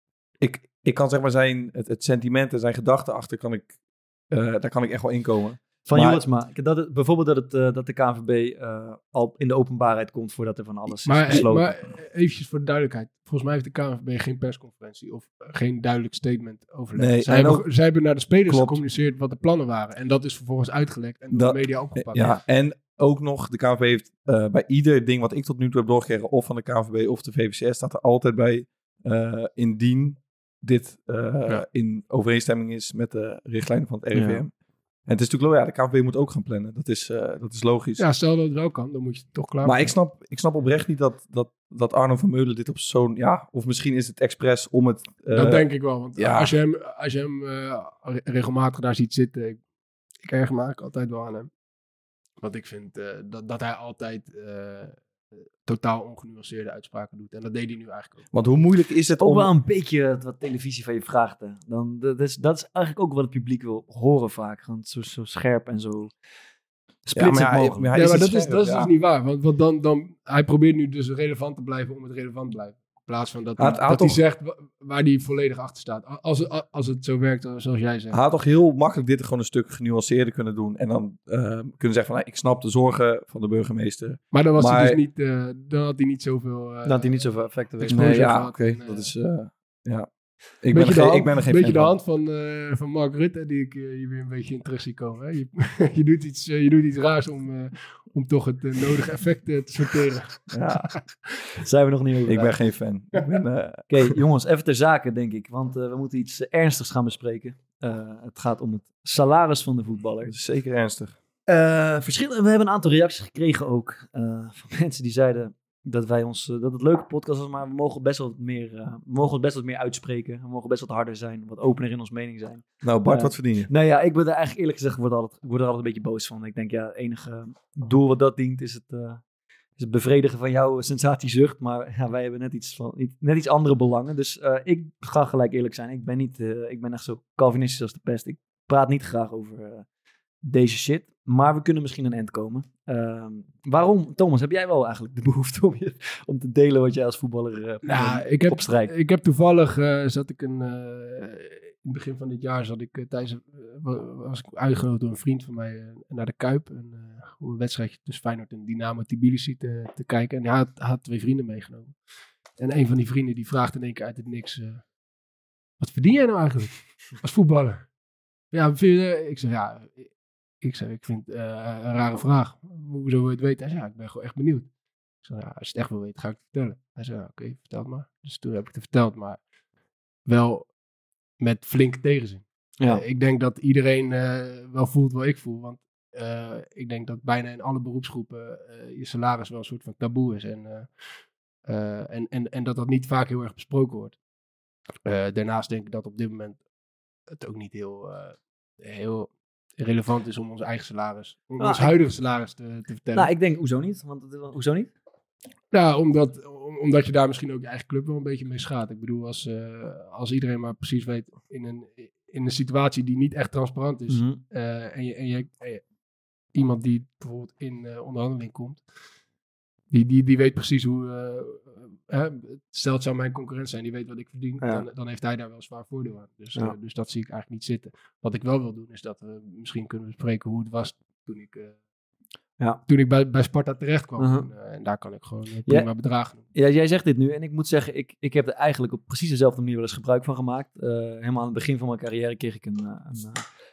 S1: ik, ik kan zeg maar zijn... Het, het sentiment en zijn gedachten achter kan ik... Uh, daar kan ik echt wel inkomen.
S8: Van
S1: Maar-
S8: Jorritsma. Dat het, bijvoorbeeld dat, het, uh, dat de K N V B uh, al in de openbaarheid komt voordat er van alles
S5: Maar,
S8: is besloten.
S5: maar eventjes voor de duidelijkheid. Volgens mij heeft de K N V B geen persconferentie of geen duidelijk statement overlegd.
S1: Nee,
S5: zij,
S1: en
S5: hebben,
S1: ook-
S5: zij hebben naar de spelers
S1: Klopt.
S5: gecommuniceerd wat de plannen waren. En dat is vervolgens uitgelekt en door
S1: Dat-
S5: de media opgepakt.
S1: Ja, en ook nog, de K N V B heeft uh, bij ieder ding wat ik tot nu toe heb doorgekregen, of van de K N V B of de V V C S, staat er altijd bij, uh, indien dit uh,
S5: Ja.
S1: in overeenstemming is met de richtlijnen van het R I V M.
S8: Ja.
S1: En het is natuurlijk, lo- ja, de K N V B moet ook gaan plannen. Dat is, uh, dat is logisch.
S5: Ja, stel dat het wel kan, dan moet je het toch klaar
S1: Maar ik snap, ik snap oprecht niet dat, dat, dat Arno Vermeulen dit op zo'n... Ja, of misschien is het expres om het... uh,
S5: Dat denk ik wel. Want
S1: ja.
S5: als je hem, als je hem uh, regelmatig daar ziet zitten, ik, ik erger me eigenlijk altijd wel aan hem. Want ik vind uh, dat, dat hij altijd uh, totaal ongenuanceerde uitspraken doet. En dat deed hij nu eigenlijk ook.
S1: Want hoe moeilijk is het
S8: ook
S1: om...
S8: wel een beetje wat televisie van je vraagt. Hè. Dan, dat, is, dat is eigenlijk ook wat het publiek wil horen vaak. Gewoon zo, zo scherp en zo splitsend
S1: ja,
S8: mogelijk.
S1: maar hij
S5: Ja,
S1: is
S5: maar
S1: het
S5: dat is,
S1: scherp,
S5: dat is
S1: ja.
S5: dus niet waar. Want, want dan, dan, hij probeert nu dus relevant te blijven om het relevant te blijven. In plaats van dat hij,
S1: Hij had- hij
S5: dat
S1: had
S5: hij zegt wa- waar hij volledig achter staat. Als, het- als het zo werkt zoals jij zegt.
S1: Hij had toch heel makkelijk dit gewoon een stuk genuanceerder kunnen doen. En dan uh, kunnen zeggen van, nou, ik snap de zorgen van de burgemeester.
S5: Maar dan, was hij
S1: Maar-
S5: dus niet, uh, dan had hij niet zoveel... Uh,
S8: Dan had hij niet zoveel effect geweest.
S5: exposure
S1: Nee, ja,
S5: gehad.
S1: oké.
S5: En, uh,
S1: Dat is, uh, ja. Ik ben,
S5: beetje
S1: er
S5: de
S1: geen,
S5: hand,
S1: ik ben er geen
S5: beetje
S1: fan
S5: de
S1: van.
S5: hand van, uh, van Mark Rutte, die ik uh, hier weer een beetje in terug zie komen. Hè? Je, je, doet iets, uh, je doet iets raars om, uh, om toch het uh, nodige effect uh, te sorteren.
S1: Ja,
S8: Zijn we nog niet over.
S1: ik ben geen fan. Ik ben, uh,
S8: Oké, jongens, even ter zake, denk ik. Want uh, we moeten iets uh, ernstigs gaan bespreken. Uh, het gaat om het salaris van de
S1: dat
S8: voetballer.
S1: is zeker ernstig.
S8: Uh, verschillen, we hebben een aantal reacties gekregen ook. Uh, van mensen die zeiden dat wij ons uh, dat het leuke podcast was, maar we mogen best wel wat meer, uh, we mogen het best wat meer uitspreken. We mogen best wat harder zijn, wat opener in ons mening zijn.
S1: Nou, Bart,
S8: Ja.
S1: wat verdien je?
S8: Nou ja, ik ben er eigenlijk eerlijk gezegd, word, altijd, ik word er altijd een beetje boos van. Ik denk, ja, het enige doel wat dat dient is het, uh, is het bevredigen van jouw sensatiezucht. Maar ja, wij hebben net iets, van, net iets andere belangen. Dus uh, ik ga gelijk eerlijk zijn. Ik ben, niet, uh, ik ben echt zo Calvinistisch als de pest. Ik praat niet graag over, uh, deze shit. Maar we kunnen misschien een eind komen. Uh, waarom, Thomas, heb jij wel eigenlijk de behoefte om, je, om te delen wat jij als voetballer uh,
S5: nou, ik heb,
S8: opstrijkt?
S5: Ik heb toevallig, uh, zat ik een, uh, in het begin van dit jaar, zat ik uh, tijdens, uh, was ik uitgenodigd door een vriend van mij uh, naar de Kuip. En, uh, om een wedstrijdje tussen Feyenoord en Dynamo Tbilisi te, te kijken. En hij had, had twee vrienden meegenomen. En een van die vrienden die vraagt in één keer uit het niks, uh, wat verdien jij nou eigenlijk als voetballer? Ja, vind je, ik zeg, ja... Ik zei, ik vind het uh, een rare vraag. Hoezo wil je het weten? Hij zei, ja, ik ben gewoon echt benieuwd. Ik zei, ja, als je het echt wil weten, ga ik het vertellen. Hij zei, ja, oké, okay, vertel het maar. Dus toen heb ik het verteld, maar wel met flinke tegenzin.
S8: Ja.
S5: Uh, ik denk dat iedereen uh, wel voelt wat ik voel. Want uh, ik denk dat bijna in alle beroepsgroepen uh, je salaris wel een soort van taboe is. En, uh, uh, en, en, en dat dat niet vaak heel erg besproken wordt. Uh, daarnaast denk ik dat op dit moment het ook niet heel... Uh, heel relevant is om ons eigen salaris, om
S8: ah,
S5: ons
S8: ik,
S5: huidige salaris te, te vertellen.
S8: Nou, ik denk, hoezo niet? Want, hoezo niet?
S5: Nou, omdat, om, omdat je daar misschien ook je eigen club wel een beetje mee schaadt. Ik bedoel, als, uh, als iedereen maar precies weet, in een, in een situatie die niet echt transparant is, mm-hmm. uh, en, je, en, je, en je iemand die bijvoorbeeld in uh, onderhandeling komt, die, die, die weet precies hoe, uh, uh, stel het zou mijn concurrent zijn, die weet wat ik verdien, ja. dan, dan heeft hij daar wel zwaar voordeel aan. Dus, ja. uh, dus dat zie ik eigenlijk niet zitten. Wat ik wel wil doen, is dat we misschien kunnen bespreken hoe het was toen ik, uh, ja. toen ik bij, bij Sparta terecht kwam. Uh-huh. en, uh, en daar kan ik gewoon uh, prima ja. bedragen doen.
S8: Ja, jij zegt dit nu en ik moet zeggen, ik, ik heb er eigenlijk op precies dezelfde manier wel eens gebruik van gemaakt. Uh, helemaal aan het begin van mijn carrière kreeg ik een, uh, een, uh,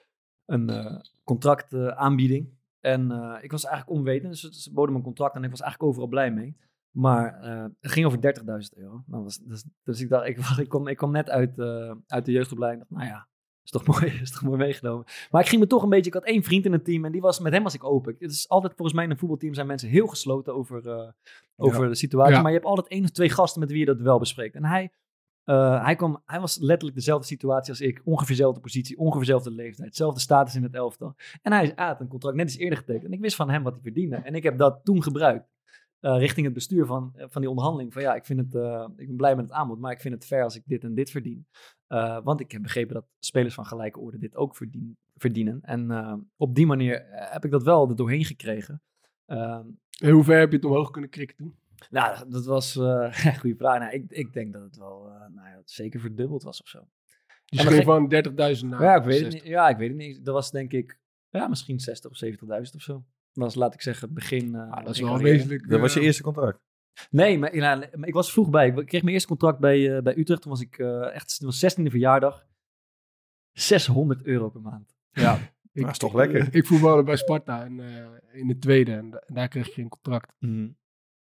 S8: een uh, contractaanbieding. Uh, En uh, ik was eigenlijk onwetend, dus ze boden me een contract en ik was eigenlijk overal blij mee. Maar uh, het ging over dertigduizend euro. Nou, was, dus, dus ik dacht, ik, ik, kwam, ik kwam net uit, uh, uit de jeugdopleiding. Nou ja, is toch mooi, is toch mooi meegenomen. Maar ik ging me toch een beetje, ik had één vriend in het team en die was, met hem was ik open. Het is altijd, volgens mij in een voetbalteam zijn mensen heel gesloten over, uh, over ja. de situatie. Ja. Maar je hebt altijd één of twee gasten met wie je dat wel bespreekt. En hij... Uh, hij, kwam, hij was letterlijk dezelfde situatie als ik. Ongeveer dezelfde positie, ongeveer dezelfde leeftijd. Dezelfde status in het elftal. En hij had een contract net iets eerder getekend. En ik wist van hem wat hij verdiende. En ik heb dat toen gebruikt. Uh, richting het bestuur van, van die onderhandeling. Van ja, ik, vind het, uh, ik ben blij met het aanbod. Maar ik vind het fair als ik dit en dit verdien. Uh, want ik heb begrepen dat spelers van gelijke orde dit ook verdien, verdienen. En uh, op die manier heb ik dat wel er doorheen gekregen. Uh,
S5: en hoe ver heb je het omhoog kunnen krikken toen?
S8: Nou, dat was uh, een goede vraag. Nou, ik, ik denk dat het wel uh, nou ja, zeker verdubbeld was of zo.
S5: Dus je ging van dertigduizend naar
S8: ja, ik weet het niet. Ja, ik weet het niet. Dat was denk ik ja, misschien zestig of zeventigduizend of zo. Dat was, laat ik zeggen, begin... Uh,
S5: ah, dat is wel wezenlijk... Uh,
S1: dat was je eerste contract?
S8: Nee, maar, ja, maar ik was vroeg bij. Ik kreeg mijn eerste contract bij, uh, bij Utrecht. Toen was ik uh, echt... Het was zestiende verjaardag. zeshonderd euro per maand.
S5: Ja.
S1: Ik, dat is toch lekker.
S5: Ik, ik voetbalde bij Sparta in, uh, in de tweede. En, da- en daar kreeg je een contract.
S8: Mm.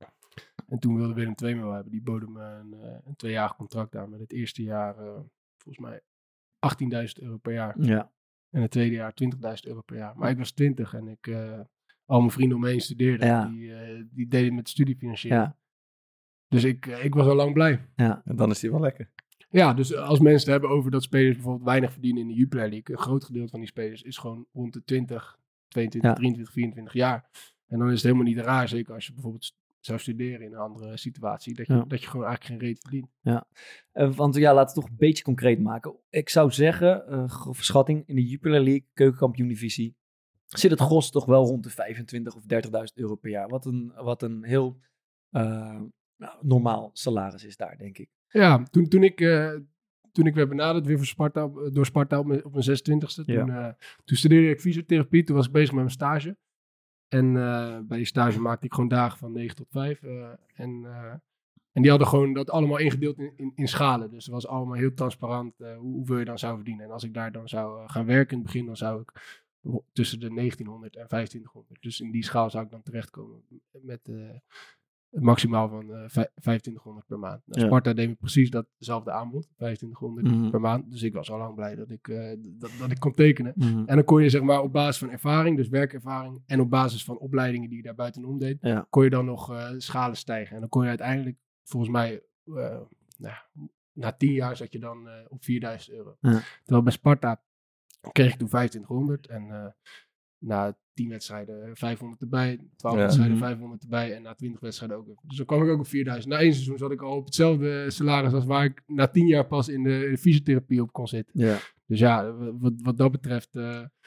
S5: En toen wilde Willem twee me wel hebben. Die boden me een, uh, een tweejarig contract aan. Met het eerste jaar, uh, volgens mij, achttienduizend euro per jaar.
S8: Ja.
S5: En het tweede jaar twintigduizend euro per jaar. Maar ik was twintig en ik, uh, al mijn vrienden om me heen studeerden.
S8: Ja.
S5: Die, uh, die deden met studiefinanciering.
S8: Ja.
S5: Dus ik, uh, ik was al lang blij.
S8: Ja.
S1: En dan is die wel lekker.
S5: Ja, dus als mensen het hebben over dat spelers bijvoorbeeld weinig verdienen in de Jupiler League. Een groot gedeelte van die spelers is gewoon rond de twintig, tweeëntwintig, ja. drieëntwintig, vierentwintig jaar. En dan is het helemaal niet raar, zeker als je bijvoorbeeld zou studeren in een andere situatie, dat je, ja. dat je gewoon eigenlijk geen reet verdient.
S8: Ja, uh, want ja, laten we het toch een beetje concreet maken. Ik zou zeggen, uh, grove schatting, in de Jupiler League, keukenkampioen-divisie, zit het gros toch wel rond de vijfentwintig of dertigduizend euro per jaar. Wat een, wat een heel uh, nou, normaal salaris is daar, denk ik.
S5: Ja, toen, toen ik... Uh, Toen ik werd benaderd weer voor Sparta, door Sparta op mijn, op mijn zesentwintigste. Toen, ja. uh, toen studeerde ik fysiotherapie. Toen was ik bezig met mijn stage. En uh, bij die stage maakte ik gewoon dagen van negen tot vijf. Uh, en, uh, en die hadden gewoon dat allemaal ingedeeld in, in, in schalen. Dus het was allemaal heel transparant uh, hoe, hoeveel je dan zou verdienen. En als ik daar dan zou uh, gaan werken in het begin, dan zou ik tussen de negentienhonderd en vijfentwintighonderd. Dus in die schaal zou ik dan terechtkomen met... Uh, maximaal van uh, vijfentwintighonderd per maand. Nou, Sparta ja. deed me precies datzelfde aanbod, vijfentwintighonderd mm-hmm. per maand. Dus ik was al lang blij dat ik, uh, dat, dat ik kon tekenen. Mm-hmm. En dan kon je zeg maar op basis van ervaring, dus werkervaring, en op basis van opleidingen die je daar buitenom deed, ja. kon je dan nog uh, schalen stijgen. En dan kon je uiteindelijk, volgens mij, uh, nou, na tien jaar zat je dan uh, op vierduizend euro. Ja. Terwijl bij Sparta kreeg ik toen vijfentwintighonderd en uh, na tien wedstrijden vijfhonderd erbij, twaalf ja. wedstrijden vijfhonderd erbij en na twintig wedstrijden ook. Dus dan kwam ik ook op vierduizend. Na één seizoen zat ik al op hetzelfde salaris als waar ik na tien jaar pas in de, in de fysiotherapie op kon zitten. Ja. Dus ja, wat, wat dat betreft uh,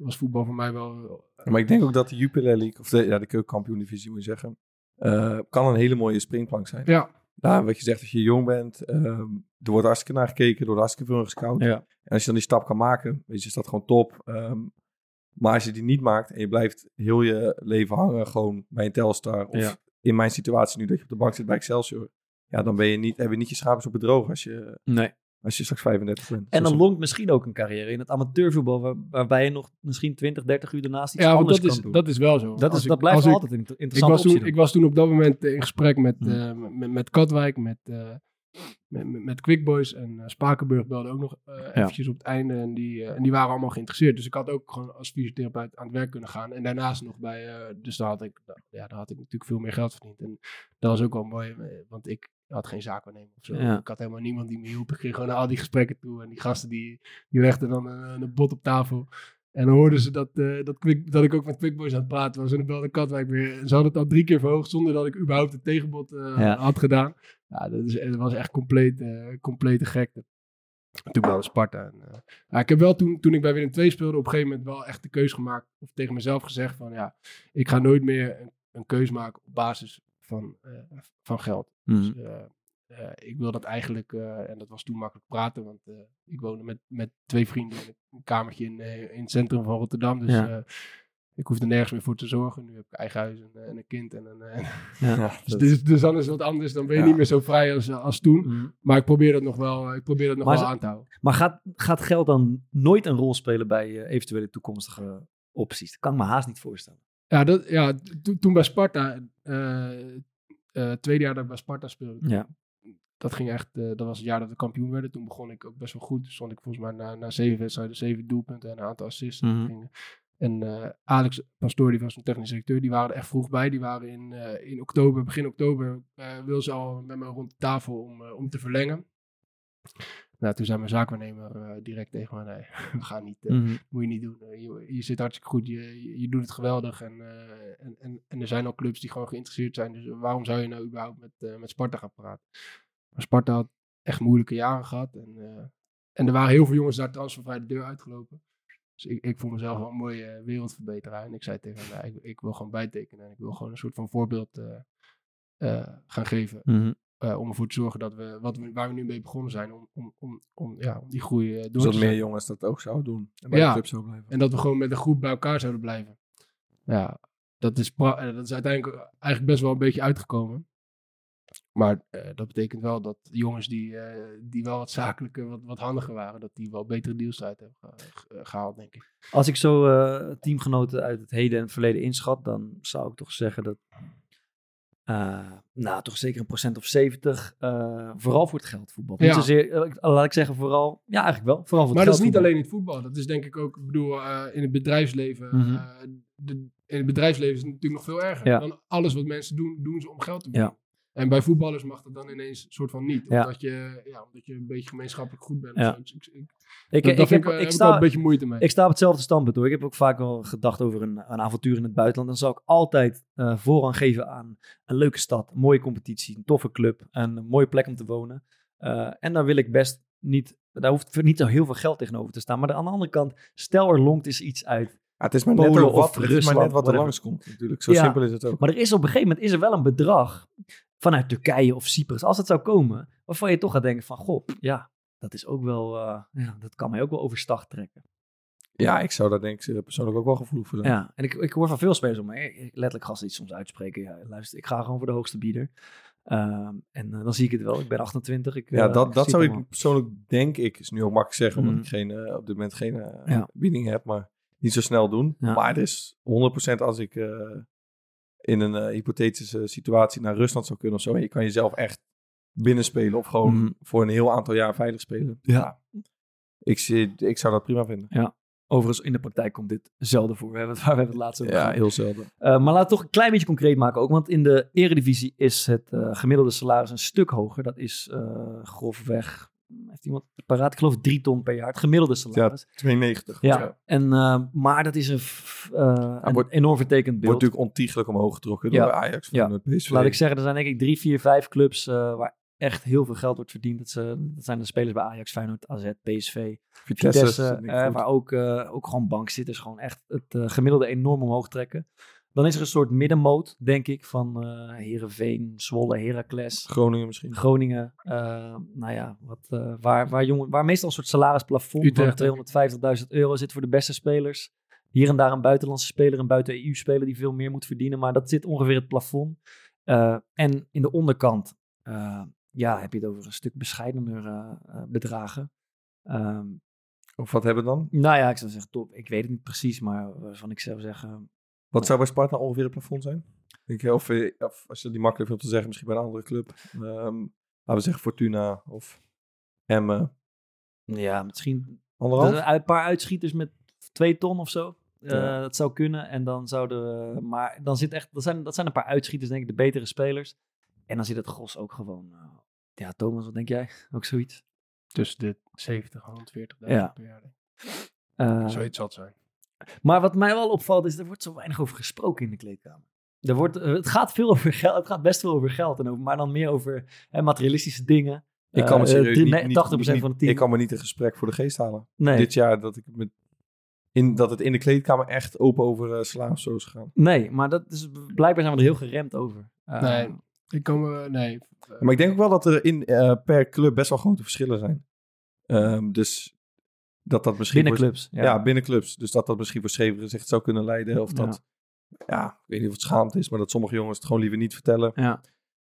S5: was voetbal voor mij wel...
S1: Maar ik denk ook dat de Jupiler League, of de, ja, de keukenkampioen-divisie moet je zeggen, uh, kan een hele mooie springplank zijn.
S5: Ja.
S1: Nou, wat je zegt, als je jong bent, uh, er wordt hartstikke naar gekeken, er wordt hartstikke veel gescout.
S8: Ja.
S1: En als je dan die stap kan maken, weet je, is dat gewoon top. Um, maar als je die niet maakt en je blijft heel je leven hangen gewoon bij een Telstar, of
S8: Ja.
S1: in mijn situatie nu dat je op de bank zit bij Excelsior, ja, dan ben je niet, heb je niet je schapers op bedroog als je,
S8: Nee.
S1: als je straks vijfendertig bent.
S8: En dan
S1: Zoals-
S8: longt misschien ook een carrière in het amateurvoetbal, waar, waarbij je nog misschien twintig, dertig uur daarnaast iets
S5: Ja, want
S8: anders
S5: dat
S8: kan
S5: is,
S8: doen.
S5: dat is wel zo.
S8: dat,
S5: Als
S8: is,
S5: ik-
S8: dat blijft
S5: als ik-
S8: altijd een inter-
S5: Ik
S8: interessante
S5: was, toen,
S8: optie.
S5: ik was toen op dat moment in gesprek met,
S8: Hmm.
S5: uh, met, met Katwijk, met, uh, met, met, met Quick Boys en uh, Spakenburg belde ook nog uh, eventjes op het einde. En die, uh, en die waren allemaal geïnteresseerd. Dus ik had ook gewoon als fysiotherapeut aan het werk kunnen gaan. En daarnaast nog bij, uh, dus daar had, ik, ja, daar had ik natuurlijk veel meer geld verdiend. En dat was ook wel mooi, want ik had geen zaakwaarnemer of zo.
S8: Ja.
S5: Ik had helemaal niemand die me hielp. Ik ging gewoon naar al die gesprekken toe. En die gasten die, die legden dan een, een bot op tafel. En dan hoorden ze dat, uh, dat, quick, dat ik ook met Quick Boys aan het praten was. En dan belde Katwijk weer. En ze hadden het al drie keer verhoogd zonder dat ik überhaupt een tegenbod uh,
S8: Ja.
S5: had gedaan. Ja, dat, is, dat was echt compleet, uh, complete gekte. En toen belde Sparta. En, uh, ja, ik heb wel toen, toen ik bij Willem twee speelde op een gegeven moment wel echt de keus gemaakt. Of tegen mezelf gezegd van ja, ik ga nooit meer een, een keus maken op basis van, uh, van geld.
S8: Mhm.
S5: Dus, uh, Uh, ik wil dat eigenlijk, uh, en dat was toen makkelijk praten, want uh, ik woonde met, met twee vrienden in een kamertje in, uh, in het centrum van Rotterdam. Dus
S8: Ja.
S5: uh, ik hoefde nergens meer voor te zorgen. Nu heb ik eigen huis en, uh, en een kind. En, en, en
S8: Ja.
S1: Ja,
S5: dus,
S1: dat-
S5: dus, dus dan is het wat anders. Dan ben je
S1: Ja.
S5: niet meer zo vrij als, als toen.
S8: Mhm.
S5: Maar ik probeer dat nog wel, ik probeer dat nog
S8: Maar
S5: wel
S8: ze-
S5: aan te houden.
S8: Maar gaat, gaat geld dan nooit een rol spelen bij uh, eventuele toekomstige opties? Dat kan ik me haast niet voorstellen.
S5: Ja, dat, ja to, toen bij Sparta, uh, uh, tweede jaar dat ik bij Sparta speelde,
S8: Ja.
S5: dat ging echt, uh, dat was het jaar dat we kampioen werden. Toen begon ik ook best wel goed. Toen stond ik volgens mij na, na zeven wedstrijden, zeven doelpunten en een aantal assists.
S8: Mhm.
S5: Ging, en uh, Alex Pastoor, die was een technisch directeur, die waren er echt vroeg bij. Die waren in, uh, in oktober, begin oktober, uh, wilden ze al met me rond de tafel om, uh, om te verlengen. Nou, toen zei mijn zaakwaarnemer uh, direct tegen me, nee, we gaan niet, uh,
S8: Mhm.
S5: moet je niet doen. Uh, je, je zit hartstikke goed, je, je, je doet het geweldig. En, uh, en, en, en er zijn al clubs die gewoon geïnteresseerd zijn. Dus waarom zou je nou überhaupt met, uh, met Sparta gaan praten? Maar Sparta had echt moeilijke jaren gehad. En, uh, en er waren heel veel jongens daar transfervrij de deur uitgelopen. Dus ik, ik voel mezelf wel een mooie uh, wereldverbeteraar. En ik zei tegen hem, nou, ik, ik wil gewoon bijtekenen. En ik wil gewoon een soort van voorbeeld uh, uh, gaan geven.
S8: Mhm.
S5: Uh, om ervoor te zorgen dat we, wat we, waar we nu mee begonnen zijn, om, om, om, om, ja, om die groei uh, door
S1: Zodat
S5: te
S1: meer
S5: zetten.
S1: jongens dat ook zouden doen. En bij
S5: Ja.
S1: de club zou blijven.
S5: En dat we gewoon met een groep bij elkaar zouden blijven. Ja, dat is, pra- uh, dat is uiteindelijk eigenlijk best wel een beetje uitgekomen. Maar uh, dat betekent wel dat de jongens die, uh, die wel wat zakelijker, wat, wat handiger waren, dat die wel betere deals uit hebben ge- ge- gehaald, denk ik.
S8: Als ik zo uh, teamgenoten uit het heden en het verleden inschat, dan zou ik toch zeggen dat, uh, nou, toch zeker een procent of zeventig, uh, vooral voor het geld voetbal. Niet
S5: Ja.
S8: zozeer, uh, laat ik zeggen vooral, ja eigenlijk wel, vooral voor
S5: Maar
S8: het
S5: dat is niet
S8: geld
S5: alleen in het voetbal. Dat is denk ik ook, ik bedoel, uh, in het bedrijfsleven.
S8: Mhm.
S5: uh, de, in het bedrijfsleven is het natuurlijk nog veel erger.
S8: Ja.
S5: Dan alles wat mensen doen, doen ze om geld te verdienen.
S8: Ja.
S5: En bij voetballers mag dat dan ineens soort van niet.
S8: Ja.
S5: Omdat, je, ja, omdat je een beetje gemeenschappelijk goed bent.
S8: Ja.
S5: of zo. Ik, ik,
S8: Ik,
S5: dat
S8: ik,
S5: dat
S8: ik,
S5: vind
S8: heb,
S5: ik,
S8: ik,
S5: heb ik
S8: sta,
S5: wel een beetje moeite mee.
S8: ik sta op hetzelfde standpunt hoor. Ik heb ook vaak wel gedacht over een, een avontuur in het buitenland. Dan zou ik altijd uh, voorrang geven aan een leuke stad, een mooie competitie, een toffe club, en een mooie plek om te wonen. Uh, en daar wil ik best niet, daar hoeft niet zo heel veel geld tegenover te staan. Maar aan de andere kant, stel er longt is iets uit.
S1: Ja, het is maar net,
S8: Polen
S1: ook wat,
S8: of
S1: het is maar
S8: Rusland,
S1: net wat er
S8: whatever.
S1: langskomt natuurlijk. Zo
S8: Ja.
S1: simpel is het ook.
S8: Maar er is op een gegeven moment is er wel een bedrag vanuit Turkije of Cyprus, als het zou komen, waarvan je toch gaat denken van, goh, ja, dat is ook wel, uh, ja, dat kan mij ook wel overstag trekken.
S1: Ja, ik zou daar denk ik persoonlijk ook wel gevoelig voor zijn.
S8: Ja, en ik, ik hoor van veel spelers om me heen, letterlijk gasten die soms uitspreken, ja, luister, ik ga gewoon voor de hoogste bieder. Um, en uh, dan zie ik het wel, ik ben achtentwintig. Ik,
S1: Ja,
S8: uh,
S1: dat,
S8: ik
S1: dat
S8: zie
S1: zou
S8: het
S1: ik
S8: allemaal.
S1: persoonlijk denk ik, is nu ook makkelijk zeggen, omdat
S8: Mhm.
S1: ik geen, uh, op dit moment geen uh,
S8: Ja.
S1: bieding heb, maar niet zo snel doen.
S8: Ja.
S1: Maar het is honderd procent als ik uh, in een uh, hypothetische situatie naar Rusland zou kunnen of zo, en je kan jezelf echt binnenspelen of gewoon
S8: Mhm.
S1: voor een heel aantal jaar veilig spelen.
S8: Ja.
S1: Ik, zie, ik zou dat prima vinden.
S8: Ja. Overigens, in de praktijk komt dit zelden voor. We hebben het, waar we hebben het laatst over
S1: Ja,
S8: gehad.
S1: heel zelden.
S8: Uh, maar laten we het toch een klein beetje concreet maken ook. Want in de eredivisie is het uh, gemiddelde salaris een stuk hoger. Dat is uh, grofweg, heeft iemand paraat? Ik geloof drie ton per jaar. Het gemiddelde salaris.
S1: Ja, tweeënnegentig.
S8: Ja,
S1: Ja.
S8: En, uh, maar dat is een, f- uh, een
S1: wordt-
S8: enorm vertekend beeld.
S1: Wordt natuurlijk ontiegelijk omhoog getrokken
S8: Ja.
S1: door Ajax.
S8: Ja.
S1: Van het P S V.
S8: Laat ik zeggen, er zijn denk ik drie, vier, vijf clubs uh, waar echt heel veel geld wordt verdiend. Dat, ze, dat zijn de spelers bij Ajax, Feyenoord, A Z, P S V,
S1: Vitesse,
S8: Vitesse, uh, waar ook, uh, ook gewoon bankzitters gewoon echt het uh, gemiddelde enorm omhoog trekken. Dan is er een soort middenmoot, denk ik, van uh, Heerenveen, Zwolle, Heracles.
S1: Groningen misschien.
S8: Groningen, uh, nou ja, wat, uh, waar, waar, jongen, waar meestal een soort salarisplafond
S5: Utrecht,
S8: van tweehonderdvijftigduizend euro zit voor de beste spelers. Hier en daar een buitenlandse speler, een buiten-E U-speler die veel meer moet verdienen. Maar dat zit ongeveer het plafond. Uh, en in de onderkant, uh, ja, heb je het over een stuk bescheidener uh, uh, bedragen. Um,
S1: of wat hebben we dan?
S8: Nou ja, ik zou zeggen top. Ik weet het niet precies, maar waarvan ik zou zeggen...
S1: Wat zou bij Sparta ongeveer het plafond zijn? Ik, of, of als je die makkelijk vindt te zeggen, misschien bij een andere club. Um, laten we zeggen Fortuna of Emmen.
S8: Ja, misschien
S1: anderhalf?
S8: Dus een paar uitschieters met twee ton of zo. Uh, ja. Dat zou kunnen. En dan zouden we... Maar dan zit echt... Dat zijn, dat zijn een paar uitschieters, denk ik, de betere spelers. En dan zit het gros ook gewoon... Uh, ja, Thomas, wat denk jij? Ook zoiets?
S5: Tussen de zeventig en honderdveertigduizend
S8: ja.
S5: per jaar.
S8: Uh,
S5: Zoiets zal het zijn.
S8: Maar wat mij wel opvalt is, er wordt zo weinig over gesproken in de kleedkamer. Er wordt, het gaat veel over geld, het gaat best veel over geld, en over, maar dan meer over hè, materialistische dingen.
S1: Ik kan me serieus
S8: uh,
S1: niet,
S8: tachtig procent
S1: niet,
S8: van het team.
S1: Ik kan me niet een gesprek voor de geest halen.
S8: Nee.
S1: Dit jaar dat, ik met, in, dat het in de kleedkamer echt open over uh, salaris is gegaan.
S8: Nee, maar dat is, blijkbaar zijn we er heel geremd over. Uh,
S5: nee, ik kan me, nee.
S1: Maar ik denk ook wel dat er in, uh, per club best wel grote verschillen zijn. Um, dus... Dat dat misschien
S8: binnen
S1: voor,
S8: clubs. Ja.
S1: ja, binnen clubs. Dus dat dat misschien voor scheef gezicht zou kunnen leiden. Of dat, ja. ja, ik weet niet of het schaamte is, maar dat sommige jongens het gewoon liever niet vertellen.
S8: Ja,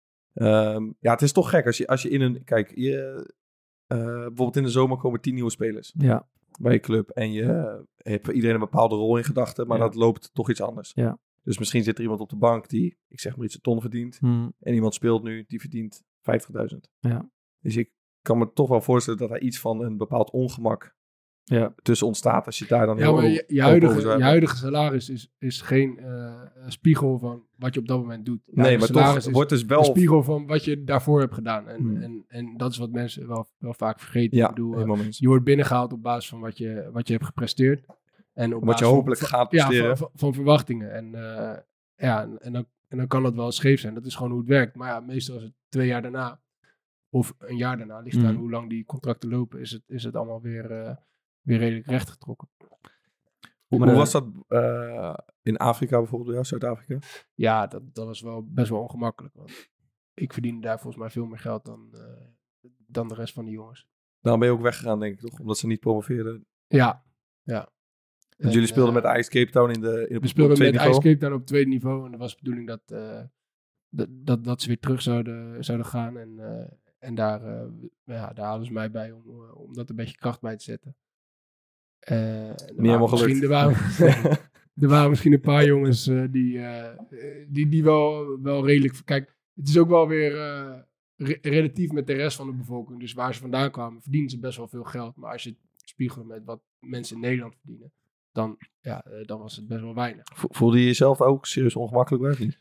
S1: um, ja het is toch gek als je, als je in een... Kijk, je, uh, bijvoorbeeld in de zomer komen tien nieuwe spelers.
S8: Ja.
S1: Bij je club. En je uh, hebt iedereen een bepaalde rol in gedachten, maar ja. dat loopt toch iets anders.
S8: Ja.
S1: Dus misschien zit er iemand op de bank die, ik zeg maar iets, een ton verdient.
S8: Hmm.
S1: En iemand speelt nu, die verdient vijftigduizend.
S8: Ja.
S1: Dus ik kan me toch wel voorstellen dat hij iets van een bepaald ongemak
S8: ja.
S1: tussen ontstaat als je daar dan
S5: ja,
S1: heel
S5: maar je, je, huidige, je huidige salaris is, is geen uh, spiegel van wat je op dat moment doet. Je
S1: nee, maar toch wordt dus wel
S5: een spiegel van wat je daarvoor hebt gedaan. En, hmm. en, en dat is wat mensen wel, wel vaak vergeten.
S1: Ja,
S5: ik bedoel, uh,
S1: je
S5: wordt binnengehaald op basis van wat je, wat je hebt gepresteerd. En op
S1: wat je hopelijk
S5: van,
S1: gaat presteren.
S5: Ja, van, van, van verwachtingen. En, uh, ja, en, en, dan, en dan kan dat wel scheef zijn. Dat is gewoon hoe het werkt. Maar ja, meestal is het twee jaar daarna of een jaar daarna, ligt hmm. aan hoe lang die contracten lopen, is het, is het allemaal weer... Uh, weer redelijk rechtgetrokken.
S1: Hoe, hoe was dat uh, in Afrika bijvoorbeeld, ja, Zuid-Afrika?
S5: Ja, dat, dat was wel best wel ongemakkelijk. Want ik verdiende daar volgens mij veel meer geld dan, uh, dan de rest van die jongens.
S1: Daarom ben je ook weggegaan, denk ik, toch? Omdat ze niet promoveerden.
S5: Ja, ja.
S1: En jullie speelden uh, met Ajax Cape Town in de in
S5: We speelden met Ajax Cape Town op het tweede niveau. En dat was de bedoeling dat, uh, dat, dat, dat ze weer terug zouden, zouden gaan. En, uh, en daar, uh, ja, daar hadden ze mij bij om, uh, om dat een beetje kracht bij te zetten. Uh,
S1: Niet helemaal gelukt.
S5: Er waren, er waren misschien een paar jongens uh, die, uh, die, die wel, wel redelijk... Kijk, het is ook wel weer uh, re- relatief met de rest van de bevolking. Dus waar ze vandaan kwamen, verdienen ze best wel veel geld. Maar als je het spiegelt met wat mensen in Nederland verdienen, dan, ja, uh, dan was het best wel weinig.
S1: Voelde je jezelf ook serieus ongemakkelijk bij, of niet?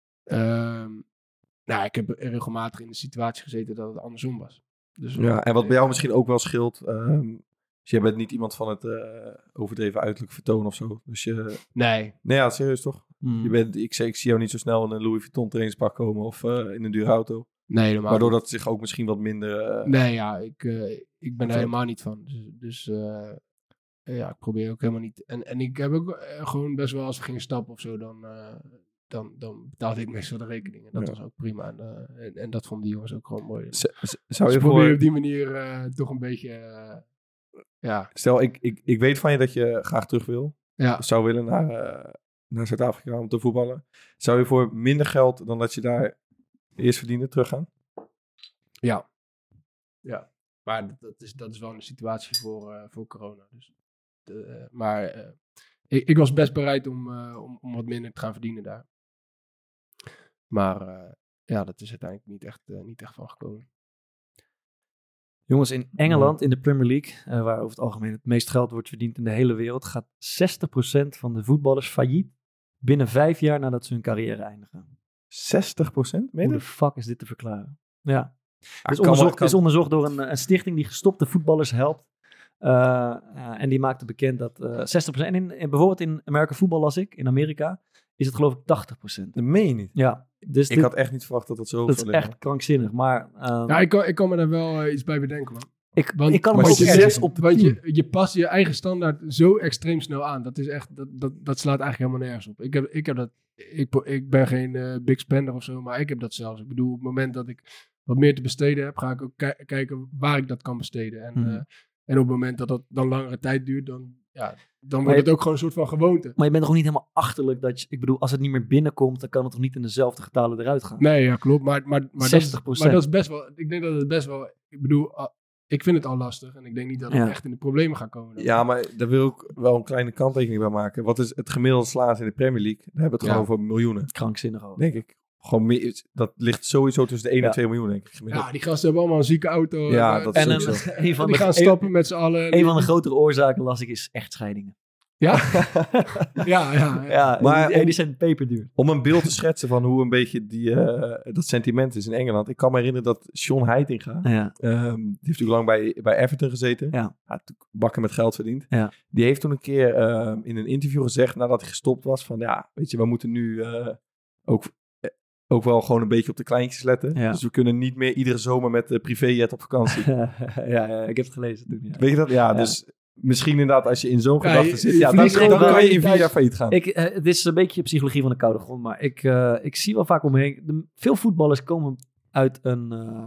S5: Um, nou, ik heb regelmatig in de situatie gezeten dat het andersom was. Dus,
S1: ja, en wat bij jou misschien ook wel scheelt... Um, Dus jij bent niet iemand van het uh, overdreven uiterlijk vertonen of zo. Dus je...
S5: Nee.
S1: Nee, ja, serieus toch?
S8: Mm.
S1: Je bent, ik, ik zie jou niet zo snel in een Louis Vuitton trainingspak komen of uh, in een dure auto.
S5: Nee, helemaal
S1: Waardoor
S5: niet.
S1: Dat zich ook misschien wat minder... Uh,
S5: nee, ja, ik, uh, ik ben er helemaal niet van. Dus, dus uh, ja, ik probeer ook helemaal niet... En, en ik heb ook uh, gewoon best wel, als we gingen stappen of zo, dan, uh, dan, dan betaalde ik meestal de rekening. En dat ja. was ook prima. En, uh, en, en dat vonden die jongens ook gewoon mooi.
S1: Z- z- zou
S5: dus
S1: je
S5: ik probeer
S1: voor...
S5: op die manier uh, toch een beetje... Uh, Ja.
S1: Stel, ik, ik, ik weet van je dat je graag terug wil.
S5: Ja.
S1: Zou willen naar, uh, naar Zuid-Afrika om te voetballen. Zou je voor minder geld dan dat je daar eerst verdiende teruggaan?
S5: Ja. Ja. Maar dat, dat, is, dat is wel een situatie voor, uh, voor corona. Dus de, uh, maar uh, ik, ik was best bereid om, uh, om, om wat minder te gaan verdienen daar. Maar uh, ja, dat is uiteindelijk niet echt, uh, niet echt van gekomen.
S8: Jongens, in Engeland, in de Premier League, uh, waar over het algemeen het meest geld wordt verdiend in de hele wereld, gaat zestig procent van de voetballers failliet binnen vijf jaar nadat ze hun carrière eindigen.
S1: zestig procent?
S8: Hoe de fuck is dit te verklaren? Ja.
S1: Ah,
S8: Het is,
S1: kan
S8: onderzocht,
S1: kan...
S8: is onderzocht door een, een stichting die gestopte voetballers helpt Uh, uh, en die maakte bekend dat uh, zestig procent... En in, in, bijvoorbeeld in American Football las ik, in Amerika, is het geloof ik tachtig procent.
S1: Dat meen je niet.
S8: Ja. Dus
S1: ik
S8: dit,
S1: had echt niet verwacht dat het zo
S8: dat
S1: zou
S8: is echt krankzinnig. Maar, uh,
S5: ja, ik kan, ik kan me daar wel uh, iets bij bedenken, man.
S8: Ik,
S5: want,
S8: ik kan hem ook
S5: je,
S8: zes op de
S5: want
S8: tien.
S5: je, je past je eigen standaard zo extreem snel aan. Dat is echt, dat, dat, dat slaat eigenlijk helemaal nergens op. Ik heb, ik heb dat, ik, ik ben geen uh, big spender of zo, maar ik heb dat zelfs. Ik bedoel, op het moment dat ik wat meer te besteden heb, ga ik ook ki- kijken waar ik dat kan besteden. En, hmm. uh, en op het moment dat dat dan langere tijd duurt, dan, ja, dan wordt je, het ook gewoon een soort van gewoonte.
S8: Maar je bent toch niet helemaal achterlijk dat je, ik bedoel, als het niet meer binnenkomt, dan kan het toch niet in dezelfde getalen eruit gaan?
S5: Nee, ja, klopt. Maar, maar, maar,
S8: zestig procent.
S5: Dat is, maar dat is best wel, ik denk dat het best wel, ik bedoel, uh, ik vind het al lastig en ik denk niet dat het ja. echt in de problemen gaat komen. Dan.
S1: Ja, maar daar wil ik wel een kleine kanttekening bij maken. Wat is het gemiddelde salaris in de Premier League? Daar hebben we het ja. gewoon over miljoenen.
S8: Krankzinnig ook.
S1: Denk ik. Gewoon meer, dat ligt sowieso tussen de één ja. en twee miljoen, denk ik. Gemiddeld.
S5: Ja, die gasten hebben allemaal een zieke auto.
S1: Ja, dat
S8: en
S1: is
S8: een,
S1: zo.
S8: een van
S5: die
S8: de,
S5: gaan stappen een, met z'n allen.
S8: Een van de grotere oorzaken, las ik, is echtscheidingen.
S5: Ja? ja, ja, ja.
S8: ja
S1: maar
S8: die, die zijn peperduur.
S1: Om een beeld te schetsen van hoe een beetje die, uh, dat sentiment is in Engeland. Ik kan me herinneren dat John Heitinga,
S8: ja.
S1: um, die heeft natuurlijk lang bij, bij Everton gezeten.
S8: Ja.
S1: Had bakken met geld verdiend.
S8: Ja.
S1: Die heeft toen een keer uh, in een interview gezegd, nadat hij gestopt was, van ja, weet je, we moeten nu uh, ook... Ook wel gewoon een beetje op de kleintjes letten.
S8: Ja.
S1: Dus we kunnen niet meer iedere zomer met de privéjet op vakantie.
S8: ja, ja, ik heb het gelezen toen. Ja.
S1: Weet je dat? Ja, ja, dus misschien inderdaad als je in zo'n
S5: ja,
S1: gedachte
S5: je,
S1: zit,
S5: je
S1: ja, dan, dan kan je in vier
S5: thuis.
S1: jaar failliet gaan.
S8: Ik, uh, dit is een beetje psychologie van de koude grond, maar ik, uh, ik zie wel vaak omheen. De, veel voetballers komen uit een, uh,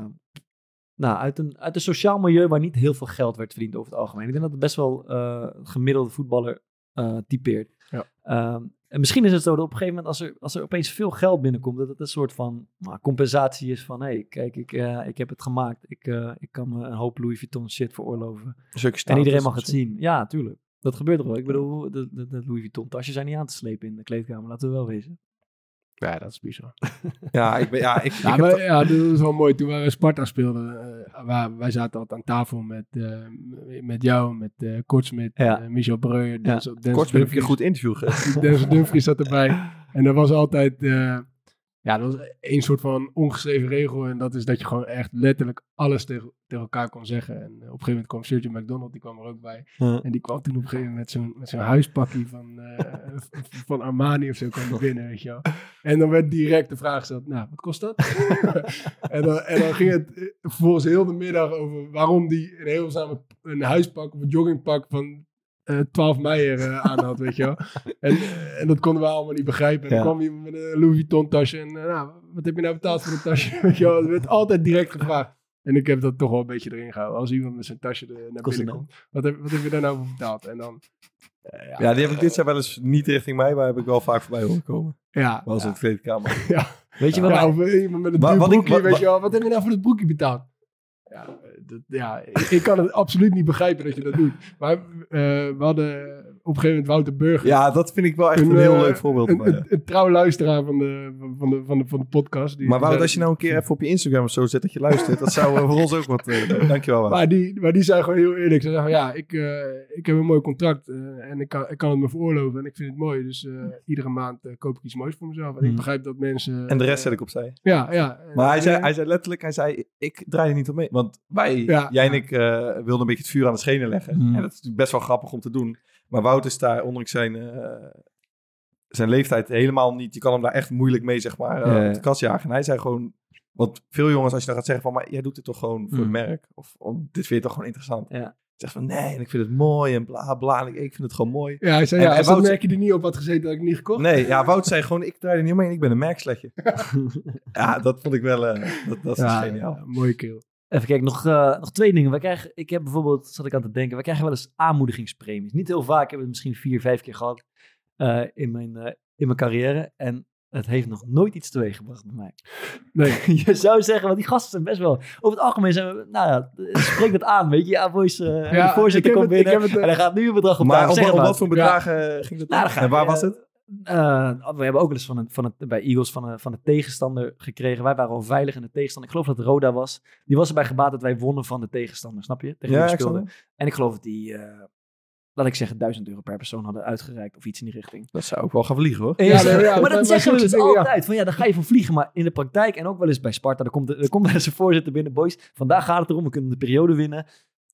S8: nou, uit, een, uit een sociaal milieu waar niet heel veel geld werd verdiend over het algemeen. Ik denk dat het best wel uh, gemiddelde voetballer uh, typeert.
S5: Ja.
S8: Um, En misschien is het zo dat op een gegeven moment, als er, als er opeens veel geld binnenkomt, dat het een soort van nou, compensatie is van, hé, hey, kijk, ik, uh, ik heb het gemaakt. Ik, uh, ik kan me een hoop Louis Vuitton shit veroorloven. En iedereen mag het zo. zien. Ja, tuurlijk. Dat gebeurt er wel. Ik bedoel, de, de, de Louis Vuitton tasjes zijn niet aan te slepen in de kleedkamer. Laten we wel wezen.
S5: Ja, dat is bizar.
S1: ja, ik ben, ja, ik,
S5: ja,
S1: ik
S5: maar,
S1: heb...
S5: ja, dat is wel mooi. Toen wij Sparta speelden, uh, waar, wij zaten altijd aan tafel met, uh, met jou, met uh, Kortsmit,
S8: ja.
S5: uh, Michel Breuer.
S8: Ja.
S1: Kortsmit heb je een goed interview gegeven.
S5: Denzel Dumfries zat erbij. En er was altijd, uh, ja, dat was één soort van ongeschreven regel. En dat is dat je gewoon echt letterlijk alles tegen, tegen elkaar kon zeggen. En uh, op een gegeven moment kwam Sergio McDonald, die kwam er ook bij.
S8: Ja.
S5: En die kwam toen op een gegeven moment met zo'n, met zo'n huispakkie van, uh, van Armani of zo kwam er binnen, weet je wel. En dan werd direct de vraag gesteld, nou, wat kost dat? en, dan, en dan ging het vervolgens heel de middag over waarom die een heel samen een huispak of een joggingpak van uh, twaalf Meijer uh, aan had, weet je wel. En, uh, en dat konden we allemaal niet begrijpen. En dan
S8: ja.
S5: kwam iemand met een Louis Vuitton tasje en uh, nou, wat heb je nou betaald voor dat tasje? Weet je wel, dat werd altijd direct gevraagd. En ik heb dat toch wel een beetje erin gehouden. Als iemand met zijn tasje er naar binnen komt, wat heb, wat heb je daar nou voor betaald? En dan...
S1: Uh, ja, ja, die heb ik dit jaar wel eens niet richting mij, maar heb ik wel vaak voorbij horen komen.
S5: Ja.
S1: Was
S5: ja.
S1: in de kleedkamer.
S5: Ja.
S8: Weet je wat?
S5: Ja, of iemand met een duur broekje, weet je wel. Wat heb je nou voor het broekje betaald? Ja, dat, ja ik, ik kan het absoluut niet begrijpen dat je dat doet. Maar uh, we hadden op een gegeven moment Wouter Burger.
S1: Ja, dat vind ik wel echt een, een heel uh, leuk voorbeeld.
S5: Een,
S1: maar, ja.
S5: een, een trouw luisteraar van de, van de, van de, van de podcast. Die,
S1: maar Wout, als je nou een keer even op je Instagram of zo zet dat je luistert, dat zou uh, voor ons ook wat... Uh, dankjewel, Wout.
S5: Maar die, maar die zei gewoon heel eerlijk. Ze zei van, ja, ik, uh, ik heb een mooi contract uh, en ik kan, ik kan het me veroorloven en ik vind het mooi. Dus uh, iedere maand uh, koop ik iets moois voor mezelf. En
S8: hmm.
S5: ik begrijp dat mensen...
S1: En de rest zet ik opzij.
S5: Ja, ja.
S1: Maar hij zei, hij zei letterlijk, hij zei, ik draai er niet op mee. Want wij,
S5: ja,
S1: jij en
S5: ja.
S1: ik, uh, wilden een beetje het vuur aan de schenen leggen.
S8: Hmm.
S1: En dat is natuurlijk best wel grappig om te doen. Maar Wout is daar, ondanks zijn, uh, zijn leeftijd, helemaal niet... Je kan hem daar echt moeilijk mee, zeg maar, uh,
S8: ja.
S1: op de kast jagen. En hij zei gewoon... Want veel jongens, als je dan gaat zeggen van... Maar jij doet het toch gewoon voor
S8: hmm.
S1: het merk? Of oh, dit vind je toch gewoon interessant?
S8: Ja.
S1: Zegt van, nee, en ik vind het mooi en bla, bla. En ik, ik vind het gewoon mooi.
S5: Ja, hij zei,
S1: en,
S5: ja,
S1: en
S5: als
S1: Wout,
S5: dat merkje er niet op had gezeten, had ik niet gekocht.
S1: Nee, ja, Wout zei gewoon, ik draai er niet omheen. Ik ben een merksletje. Ja, dat vond ik wel... Uh, dat, dat is
S5: ja,
S1: geniaal.
S5: Ja, mooie keel.
S8: Even kijken, nog, uh, nog twee dingen. Wij krijgen, ik heb bijvoorbeeld, zat ik aan te denken, wij krijgen wel eens aanmoedigingspremies. Niet heel vaak, ik heb het misschien vier, vijf keer gehad uh, in, mijn, uh, in mijn carrière. En het heeft nog nooit iets teweeggebracht bij mij.
S5: Nee.
S8: Je zou zeggen, want die gasten zijn best wel... Over het algemeen zijn we... Nou ja, spreek dat aan, weet je. Ja, boys, uh, ja, de voorzitter komt
S5: het,
S8: binnen
S5: het, uh,
S8: en hij gaat nu een bedrag op
S1: Maar
S8: tafel.
S1: op,
S8: Zeg
S1: op
S8: maar.
S1: wat voor bedragen ja. ging dat?
S8: Nou,
S1: en waar was het?
S8: Uh, we hebben ook wel eens van, een, van het, bij Eagles van, een, van de tegenstander gekregen. Wij waren al veilig in de tegenstander. Ik geloof dat Roda was. Die was erbij gebaat dat wij wonnen van de tegenstander, snap je? Tegen
S1: ja,
S8: wie we
S1: ik
S8: speelden. En ik geloof dat die, uh, laat ik zeggen, duizend euro per persoon hadden uitgereikt. Of iets in die richting.
S1: Dat zou ook wel gaan vliegen, hoor.
S8: Ja,
S5: ja,
S8: ja,
S5: ja,
S8: maar dat zeggen we dus
S5: dingen,
S8: altijd.
S5: Ja.
S8: Van ja, dan ga je van vliegen. Maar in de praktijk en ook wel eens bij Sparta. Er komt, er komt wel eens een voorzitter binnen. Boys, vandaag gaat het erom. We kunnen de periode winnen.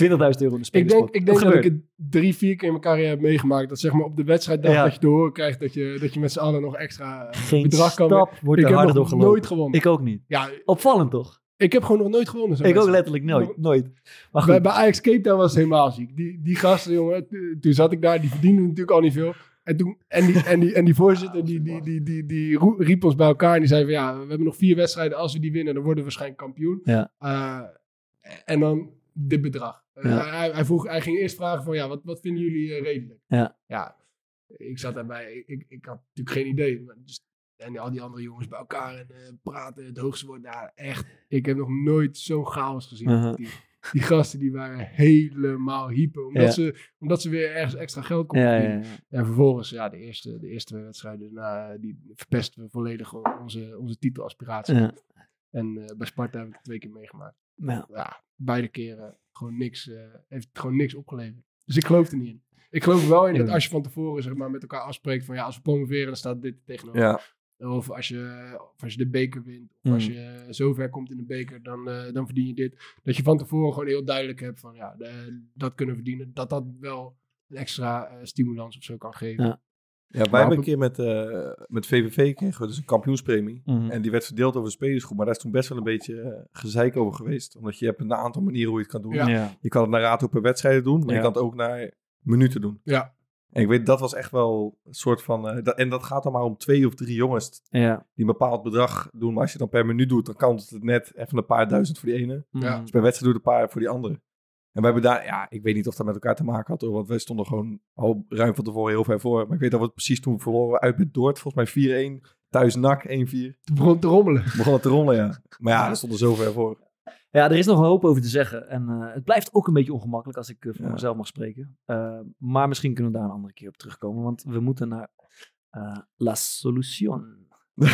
S8: twintigduizend euro in de
S5: Ik
S8: spelerspot.
S5: denk, ik denk dat,
S8: gebeurt.
S5: ik het drie, vier keer in mijn carrière heb meegemaakt. Dat zeg maar op de wedstrijddag
S8: Ja.
S5: dat je te horen krijgt dat je, dat je met z'n allen nog extra eh,
S8: Geen
S5: bedrag kan.
S8: stap wordt
S5: Ik
S8: er
S5: heb
S8: harder door
S5: nog
S8: gelopen.
S5: nooit gewonnen.
S8: Ik ook niet.
S5: Ja,
S8: Opvallend toch?
S5: ik heb gewoon nog nooit gewonnen. zo'n
S8: Ik ook
S5: wedstrijd.
S8: letterlijk nooit. nooit. Maar
S5: Bij,
S8: goed.
S5: bij Ajax Cape Town was het helemaal ziek. Die, die gasten, jongen, t- toen zat ik daar, die verdienden natuurlijk al niet veel. En, toen, en, die, en, die, en die voorzitter, die, die, die, die, die roe- riep ons bij elkaar en die zei van ja, we hebben nog vier wedstrijden. Als we die winnen, dan worden we waarschijnlijk kampioen.
S8: Ja.
S5: Uh, en dan dit bedrag. Uh,
S8: Ja.
S5: hij, hij, vroeg, hij ging eerst vragen van ja, wat, wat vinden jullie uh, redelijk?
S8: Ja.
S5: Ja, ik zat daarbij, ik, ik, ik had natuurlijk geen idee. Maar dus, en al die andere jongens bij elkaar en uh, praten, het hoogste woord. Nou, echt, ik heb nog nooit zo'n chaos gezien.
S8: Uh-huh.
S5: Die, die gasten die waren helemaal hyper. Omdat,
S8: Ja.
S5: ze, omdat ze weer ergens extra geld konden
S8: Ja, ja,
S5: verdienen.
S8: ja.
S5: En vervolgens, ja, de eerste, de eerste twee wedstrijden, nou, die verpesten we volledig onze, onze titelaspiratie.
S8: Ja.
S5: En uh, bij Sparta heb ik het twee keer meegemaakt.
S8: Ja.
S5: Ja, beide keren gewoon niks, uh, heeft het gewoon niks opgeleverd. Dus ik geloof er niet in. Ik geloof er wel in
S8: Ja.
S5: dat als je van tevoren zeg maar, met elkaar afspreekt van ja, als we promoveren, dan staat dit tegenover.
S1: Ja.
S5: Of als je, of als je de beker wint, of
S8: Mm.
S5: als je zover komt in de beker, dan, uh, dan verdien je dit. Dat je van tevoren gewoon heel duidelijk hebt van ja, de, dat kunnen we verdienen. Dat dat wel een extra uh, stimulans of zo kan geven.
S8: Ja.
S1: Ja, wij
S5: Maar
S1: hebben
S5: op
S1: een keer met, uh, met V V V kregen we dus een kampioenspremie.
S8: Mhm.
S1: En die werd verdeeld over de spelersgroep. Maar daar is toen best wel een beetje uh, gezeik over geweest. Omdat je hebt een aantal manieren hoe je het kan doen.
S5: Ja.
S8: Ja.
S1: Je kan het naar rato per wedstrijden doen. Maar
S8: Ja.
S1: je kan het ook naar minuten doen.
S5: Ja.
S1: En ik weet, dat was echt wel een soort van... Uh, dat, en dat gaat dan maar om twee of drie jongens
S8: Ja.
S1: die een bepaald bedrag doen. Maar als je dan per minuut doet, dan kan het net even een paar duizend voor die ene.
S5: Ja.
S8: Mhm.
S1: Dus per wedstrijd doe je een paar voor die andere. En we hebben daar, ja, ik weet niet of dat met elkaar te maken had, hoor, want wij stonden gewoon al ruim van tevoren heel ver voor. Maar ik weet dat we het precies toen verloren uit met Dordt, volgens mij vier-een, thuis N A C één-vier.
S5: Het begon te rommelen.
S1: Begon het te rollen, ja. Maar ja, we stonden zo ver voor.
S8: Ja, er is nog een hoop over te zeggen. En uh, het blijft ook een beetje ongemakkelijk als ik uh, voor
S1: Ja.
S8: mezelf mag spreken. Uh, maar misschien kunnen we daar een andere keer op terugkomen. Want we moeten naar uh, La Solution.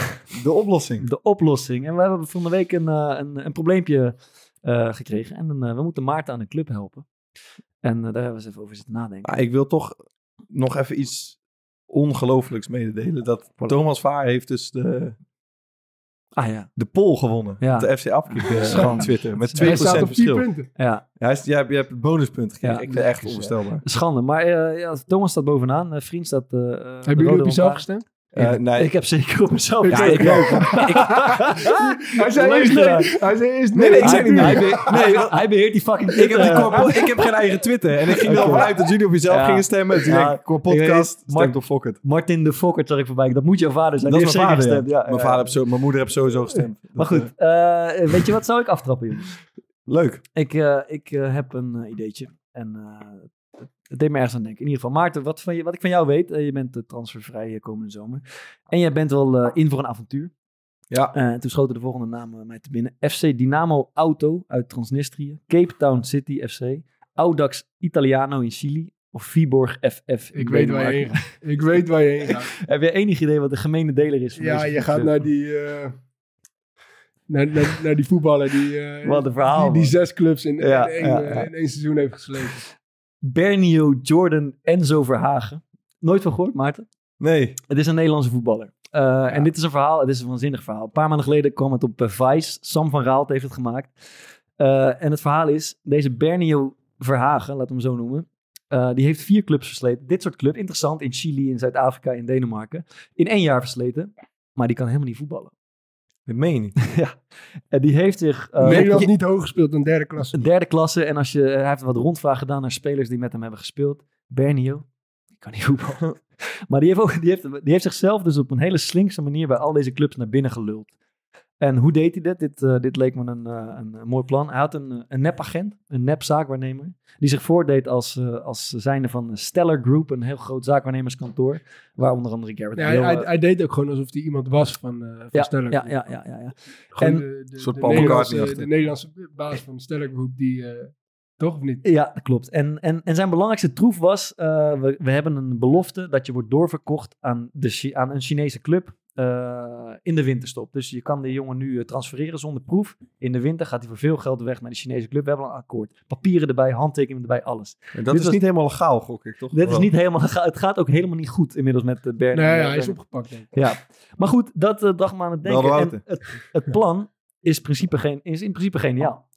S1: De oplossing.
S8: De oplossing. En we hebben van de week een, uh, een, een probleempje uh, gekregen. En uh, we moeten Maarten aan de club helpen. En uh, daar hebben we eens even over zitten nadenken.
S1: Maar ik wil toch nog even iets ongelooflijks mededelen. Dat Thomas Vaar heeft dus de,
S8: Ah ja.
S1: de poll gewonnen.
S8: Ja.
S1: Op de F C Afkick uh,
S8: Schande.
S1: Twitter. Met
S5: Hij
S1: twee
S5: staat
S1: procent
S5: op tien
S1: verschil.
S5: punten.
S8: Ja,
S1: Ja, hij is, jij, hebt, jij hebt het bonuspunt gekregen.
S8: Ja,
S1: ik vind het echt
S5: lekker,
S1: onvoorstelbaar.
S8: schande. Maar uh, ja, Thomas staat bovenaan. Uh, vriend staat... Uh,
S5: Hebben jullie op jezelf gestemd?
S1: Uh, nee,
S8: Ik heb zeker op mezelf
S1: Ja,
S8: gestemd.
S1: ik ook.
S5: Hij zei eerst nee. Hij zei eerst nee.
S1: Nee, nee, ik zei
S8: Hij,
S1: niet
S8: hij,
S1: nee.
S8: be- nee, hij beheert die fucking...
S1: Ik heb, die
S8: uh,
S1: corpo- ik heb geen eigen Twitter. En ik ging er al vanuit dat jullie op jezelf
S8: Ja.
S1: gingen stemmen. Dus
S8: Ja.
S1: ik denk, qua podcast,
S8: Mark-
S1: stemt op Fokkert.
S8: Martin de Fokkert zag ik voorbij. Dat moet jouw vader zijn.
S1: Dat
S8: Die
S1: is
S8: heeft
S1: mijn
S8: zeker
S1: vader, ja.
S8: gestemd. Ja,
S1: Mijn,
S8: ja,
S1: vader
S8: ja.
S1: heeft zo, mijn moeder heeft sowieso gestemd.
S8: Maar
S1: Dat,
S8: goed, uh, weet je wat? Zou ik aftrappen, jongens?
S1: eh, leuk.
S8: Ik, uh, ik uh, heb een uh, ideetje. En uh, het, het deed me ergens aan denken. In ieder geval, Maarten, wat, van je, wat ik van jou weet. Uh, je bent uh, transfervrij uh, komende zomer. En jij bent wel uh, in voor een avontuur.
S1: Ja.
S8: Uh, en toen schoten de volgende namen mij te binnen. F C Dynamo Auto uit Transnistrië. Cape Town City F C. Audax Italiano in Chili. Of Viborg F F in
S5: Ik weet waar je
S8: Denemarken.
S5: heen gaat. Ik weet waar je heen gaat.
S8: Heb je enig idee wat de gemene deler is? Van
S5: Ja,
S8: deze
S5: je gaat
S8: voetclub?
S5: naar die... Uh, naar, naar, naar die voetballer die, uh,
S8: Wat een verhaal,
S5: die, die
S8: man.
S5: zes clubs in,
S8: Ja,
S5: in, één,
S8: ja,
S5: uh,
S8: ja.
S5: in één seizoen heeft gesleten.
S8: Bernio Jordan Enzo Verhagen. Nooit van gehoord, Maarten?
S1: Nee.
S8: Het is een Nederlandse voetballer. Uh, En dit is een verhaal, het is een waanzinnig verhaal. Een paar maanden geleden kwam het op uh, Vice. Sam van Raalt heeft het gemaakt. Uh, en het verhaal is, deze Bernio Verhagen, laten we hem zo noemen. Uh, die heeft vier clubs versleten. Dit soort club, interessant, in Chili, in Zuid-Afrika, in Denemarken. In één jaar versleten. Maar die kan helemaal niet voetballen.
S1: Dat meen je niet.
S8: Ja. En die heeft zich... Uh,
S5: Nederland
S8: je-
S5: niet hoog gespeeld dan derde klasse.
S8: Een derde klasse. En als je, hij heeft wat rondvraag gedaan naar spelers die met hem hebben gespeeld. Bernio, die kan niet voetballen. Maar die heeft, ook, die, heeft, die heeft zichzelf dus op een hele slinkse manier bij al deze clubs naar binnen geluld. En hoe deed hij dit? Dit, uh, dit leek me een, uh, een, een mooi plan. Hij had een, een nepagent, een nepzaakwaarnemer, die zich voordeed als, uh, als zijnde van Stellar Group, een heel groot zaakwaarnemerskantoor, waar onder andere Garrett
S5: Ja,
S8: Bale,
S5: hij,
S8: uh,
S5: hij, hij deed ook gewoon alsof hij iemand was van, uh, van
S8: ja,
S5: Stellar
S8: ja,
S5: Group.
S8: ja, ja, ja, ja.
S5: Gewoon
S8: En-
S5: de, de,
S1: soort
S5: de,
S1: Paul
S5: Nederlandse,
S1: McCartney achter.
S5: de Nederlandse baas van Stellar Group, die... Uh, toch of niet?
S8: Ja, dat klopt. En, en, en zijn belangrijkste troef was, uh, we, we hebben een belofte dat je wordt doorverkocht aan, de, Chi- aan een Chinese club uh, in de winterstop. Dus je kan die jongen nu uh, transfereren zonder proef. In de winter gaat hij voor veel geld weg naar de Chinese club. We hebben al een akkoord. Papieren erbij, handtekeningen erbij, alles.
S1: En dat
S8: Dit
S1: is
S8: was-
S1: niet helemaal legaal, gok ik, toch?
S8: Dit is
S1: Wel.
S8: niet helemaal, het gaat ook helemaal niet goed inmiddels met uh, Bernard.
S5: Nee, ja, hij is opgepakt. Denk ik.
S8: Ja, maar goed, dat uh, bracht me aan het
S1: Wel
S8: denken.
S1: de
S8: En
S1: Wouter.
S8: het, het plan is, principe geen, is in principe geniaal.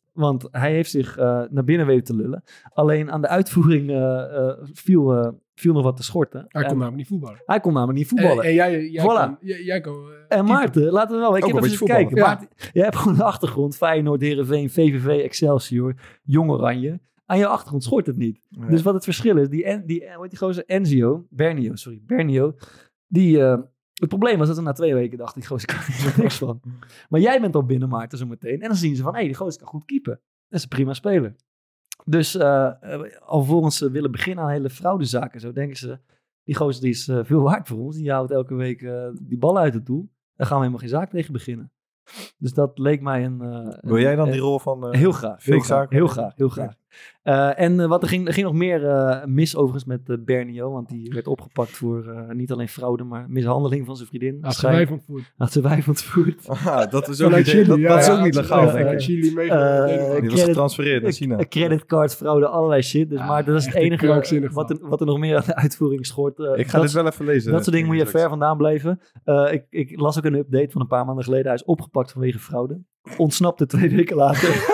S8: Want hij heeft zich uh, naar binnen weten te lullen. Alleen aan de uitvoering uh, uh, viel, uh, viel nog wat te schorten.
S5: Hij kon
S8: en,
S5: namelijk niet voetballen.
S8: Hij kon namelijk niet voetballen.
S5: En, en jij, jij
S8: voilà.
S5: kon... Jij, jij kon uh,
S8: en Maarten, laten we wel... Ik
S1: Ook
S8: heb
S1: een
S8: even
S1: beetje
S8: kijken.
S1: ja.
S8: Maarten, jij hebt gewoon de achtergrond. Feyenoord, Heerenveen, V V V, Excelsior, Jong Oranje. Aan je achtergrond schort het niet.
S1: Ja.
S8: Dus wat het verschil is, die, die, hoe heet die gozer? Enzio, Bernio, sorry, Bernio. Die, uh, het probleem was dat ze na twee weken dachten, die gozer kan er niks van. Maar jij bent al binnen, Maarten, zo meteen. En dan zien ze van, hé, hey, die gozer kan goed keepen. Dat is een prima speler. Dus uh, alvorens ze willen beginnen aan hele fraudezaken, zo denken ze, die gozer die is uh, veel waard voor ons. Die houdt elke week uh, die bal uit het doel. Daar gaan we helemaal geen zaak tegen beginnen. Dus dat leek mij een... Uh,
S1: Wil jij dan
S8: een,
S1: die rol van... Uh,
S8: heel graag. Heel graag,
S1: zaken?
S8: heel graag. Heel graag. Uh, en uh, wat er ging, er ging nog meer uh, mis overigens met uh, Bernio. Want die werd opgepakt voor uh, niet alleen fraude, maar mishandeling van zijn vriendin.
S5: Had ze wijf ontvoerd.
S8: Had ze wijf ontvoerd.
S1: Ah, dat is ook niet,
S5: Chili,
S1: dat,
S5: ja,
S1: dat is
S5: ja,
S1: ook niet legaal,
S5: ja,
S1: denk ik.
S5: Uh, Chili meegenomen.
S1: Uh, die was getransfereerd naar China.
S8: Creditcards, fraude, allerlei shit. Dus,
S5: ja,
S8: maar dat is het enige wat er, wat er nog meer aan de uitvoering schort. Uh,
S1: ik ga
S8: dat,
S1: dit wel even lezen.
S8: Dat soort dingen moet je ver vandaan blijven. Uh, ik, ik las ook een update van een paar maanden geleden. Hij is opgepakt vanwege fraude. Ontsnapte twee weken later.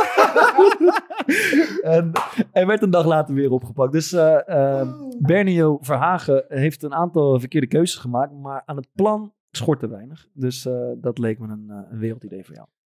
S8: En hij werd een dag later weer opgepakt. Dus uh, uh, Bernio Verhagen heeft een aantal verkeerde keuzes gemaakt. Maar aan het plan schort te weinig. Dus uh, dat leek me een, uh, een wereldidee voor jou.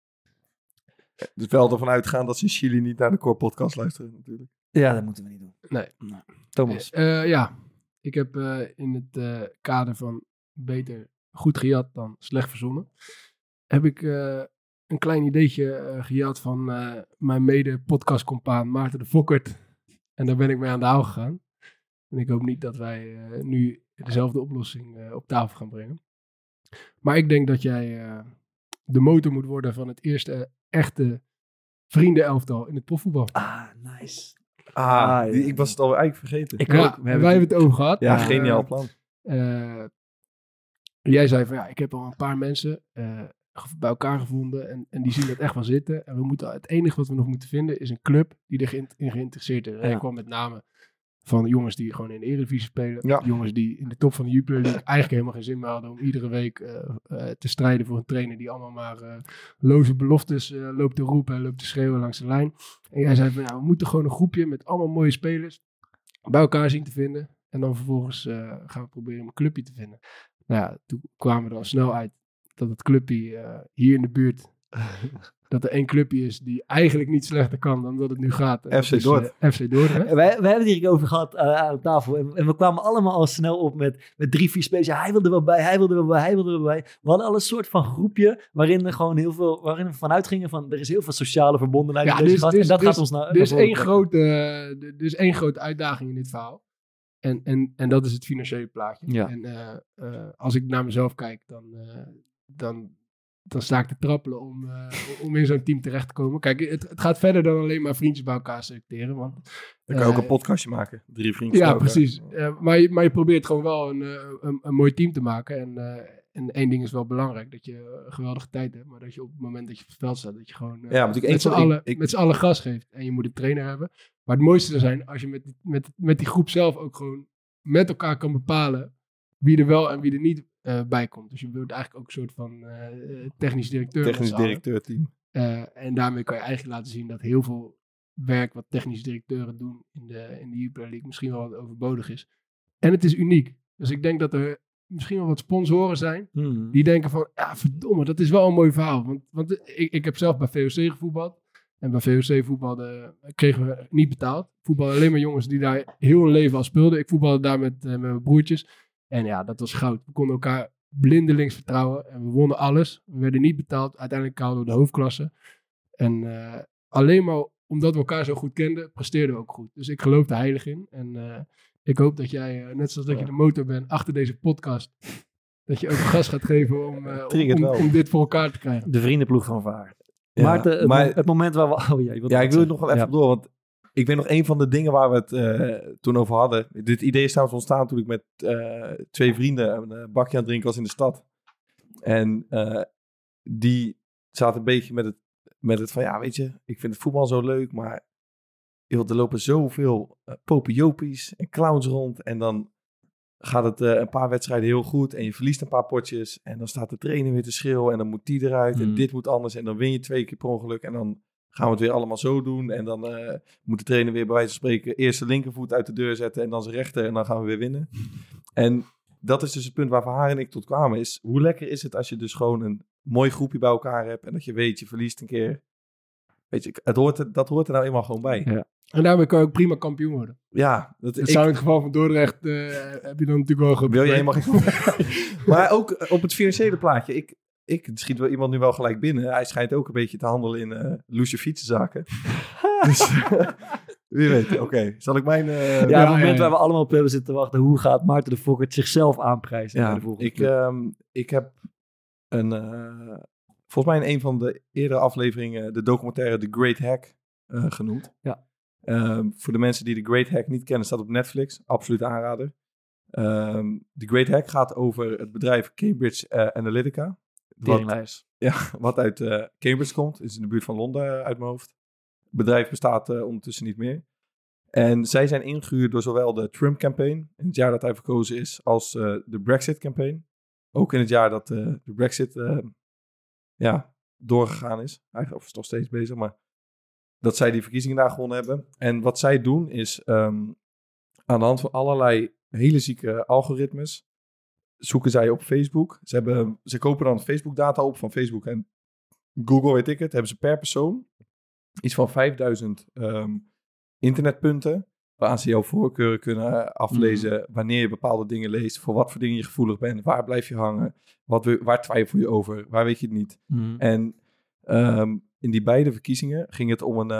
S1: Dus wel ervan uitgaan dat ze in Chili niet naar de Core Podcast luisteren natuurlijk.
S8: Ja, dat moeten we niet doen.
S5: Nee.
S8: nee. Thomas.
S5: Uh, uh, ja, ik heb uh, in het uh, kader van beter goed gejat dan slecht verzonnen. Heb ik... Uh, een klein ideetje uh, gejat van uh, mijn mede-podcastcompaan Maarten de Fokkert. En daar ben ik mee aan de haal gegaan. En ik hoop niet dat wij uh, nu dezelfde oplossing uh, op tafel gaan brengen. Maar ik denk dat jij uh, de motor moet worden van het eerste uh, echte vriendenelftal in het profvoetbal.
S8: Ah, nice.
S1: Ah, ah die, ik was het al eigenlijk vergeten.
S5: Ik ja, ook. We hebben het over gehad.
S1: Ja, uh, geniaal plan.
S5: Uh, jij zei van ja, ik heb al een paar mensen... Uh, bij elkaar gevonden en, en die zien dat echt wel zitten. En we moeten, het enige wat we nog moeten vinden is een club die erin geïnteresseerd is. Ja. En ik kwam met name van jongens die gewoon in de Eredivisie spelen. Ja. Jongens die in de top van de Jupiler League eigenlijk helemaal geen zin meer hadden om iedere week uh, uh, te strijden voor een trainer die allemaal maar uh, loze beloftes uh, loopt te roepen en loopt te schreeuwen langs de lijn. En jij zei van ja, we moeten gewoon een groepje met allemaal mooie spelers bij elkaar zien te vinden. En dan vervolgens uh, gaan we proberen om een clubje te vinden. Nou ja, toen kwamen we er al snel uit dat het clubje uh, hier in de buurt, dat er één clubje is die eigenlijk niet slechter kan dan dat het nu gaat.
S1: F C Dordrecht.
S5: Uh, F C Dordrecht.
S8: Wij, wij hebben het hier over gehad uh, aan de tafel. En, en we kwamen allemaal al snel op met, met drie, vier spelers. Ja, hij wilde er wel bij, hij wilde er wel bij, hij wilde er wel bij. We hadden al een soort van groepje waarin er gewoon heel veel, waarin we vanuit gingen van, er is heel veel sociale verbondenheid
S5: ja,
S8: in deze
S5: dus,
S8: gast.
S5: Dus,
S8: en dat
S5: dus,
S8: gaat ons naar...
S5: Er is één grote, uh, er is één grote uitdaging in dit verhaal. En, en, en dat is het financiële plaatje.
S8: Ja.
S5: En uh, uh, als ik naar mezelf kijk, dan... Uh, dan dan sta ik te trappelen om, uh, om in zo'n team terecht te komen. Kijk, het, het gaat verder dan alleen maar vriendjes bij elkaar selecteren. Want,
S1: dan kan je uh, ook een podcastje maken. Drie vriendjes.
S5: Ja, precies. Uh, maar, je, maar je probeert gewoon wel een, een, een mooi team te maken. En, uh, en één ding is wel belangrijk. Dat je een geweldige tijd hebt. Maar dat je op het moment dat je op het veld staat, dat je gewoon uh,
S1: ja,
S5: met z'n allen, ik... allen gas geeft. En je moet een trainer hebben. Maar het mooiste zou zijn als je met, met, met die groep zelf ook gewoon met elkaar kan bepalen wie er wel en wie er niet Uh, bij komt. Dus je wilt eigenlijk ook een soort van uh, technisch directeur.
S1: Technisch directeur team.
S5: Uh, en daarmee kan je eigenlijk laten zien dat heel veel werk wat technisch directeuren doen in de, in de Jupiler League misschien wel wat overbodig is. En het is uniek. Dus ik denk dat er misschien wel wat sponsoren zijn hmm. die denken van, ja verdomme, dat is wel een mooi verhaal. Want, want ik, ik heb zelf bij V O C gevoetbald. En bij V O C voetbalde kregen we niet betaald. Voetbalden alleen maar jongens die daar heel hun leven al speelden. Ik voetbalde daar met, uh, met mijn broertjes. En ja, dat was goud. We konden elkaar blindelings vertrouwen. En we wonnen alles. We werden niet betaald. Uiteindelijk haalden we de hoofdklasse. En uh, alleen maar omdat we elkaar zo goed kenden, presteerden we ook goed. Dus ik geloof er heilig in. En uh, ik hoop dat jij, uh, net zoals dat je de motor bent achter deze podcast, dat je ook gas gaat geven om, uh, om, om, om dit voor elkaar te krijgen.
S8: De vriendenploeg van Vaar. Ja, Maarten, het, maar, het moment waar we... Oh, ja,
S1: ja ik wil het nog wel even ja. door, want ik weet nog een van de dingen waar we het uh, toen over hadden. Dit idee is trouwens ontstaan toen ik met uh, twee vrienden een uh, bakje aan het drinken was in de stad. En uh, die zaten een beetje met het, met het van, ja, weet je, ik vind het voetbal zo leuk, maar joh, er lopen zoveel uh, popiopies en clowns rond. En dan gaat het uh, een paar wedstrijden heel goed en je verliest een paar potjes. En dan staat de trainer weer te schreeuwen en dan moet die eruit hmm. en dit moet anders. En dan win je twee keer per ongeluk en dan gaan we het weer allemaal zo doen. En dan uh, moet de trainer weer bij wijze van spreken eerst zijn linkervoet uit de deur zetten en dan zijn rechter en dan gaan we weer winnen. En dat is dus het punt waar Van Haar en ik tot kwamen is, hoe lekker is het als je dus gewoon een mooi groepje bij elkaar hebt en dat je weet, je verliest een keer. Weet je, het hoort er, dat hoort er nou eenmaal gewoon bij.
S5: Ja. En daarmee kan je ook prima kampioen worden.
S1: Ja. Dat,
S5: dat
S1: ik,
S5: zou in het geval van Dordrecht, uh, heb je dan natuurlijk wel geprobeerd.
S1: Wil je helemaal geen... Maar ook op het financiële plaatje. Ik, ik schiet wel iemand nu wel gelijk binnen. Hij schijnt ook een beetje te handelen in uh, loesje fietsenzaken. Dus wie weet. Oké, okay. Zal ik mijn... Uh,
S8: ja, ja, het moment ja, ja. waar we allemaal op hebben zitten te wachten. Hoe gaat Maarten de Fokkert zichzelf aanprijzen?
S1: Ja, ik, um, ik heb een... Uh, volgens mij in een van de eerdere afleveringen de documentaire The Great Hack uh, genoemd.
S8: Ja.
S1: Um, voor de mensen die The Great Hack niet kennen, staat op Netflix. Absoluut aanrader. Um, The Great Hack gaat over het bedrijf Cambridge uh, Analytica. Wat, ja, wat uit uh, Cambridge komt. Is in de buurt van Londen uh, uit mijn hoofd. Het bedrijf bestaat uh, ondertussen niet meer. En zij zijn ingehuurd door zowel de Trump-campaign, in het jaar dat hij verkozen is, als uh, de Brexit-campaign. Ook in het jaar dat uh, de Brexit uh, ja, doorgegaan is. Eigenlijk is nog steeds bezig, maar dat zij die verkiezingen daar gewonnen hebben. En wat zij doen is, um, aan de hand van allerlei hele zieke algoritmes, zoeken zij op Facebook. Ze, hebben, ze kopen dan Facebook-data op van Facebook en Google, weet ik het. Hebben ze per persoon iets van vijfduizend um, internetpunten, waaraan ze jouw voorkeuren kunnen aflezen, mm. wanneer je bepaalde dingen leest, voor wat voor dingen je gevoelig bent, waar blijf je hangen, wat we, waar twijfel je over, waar weet je het niet.
S8: Mm.
S1: En um, in die beide verkiezingen ging het om een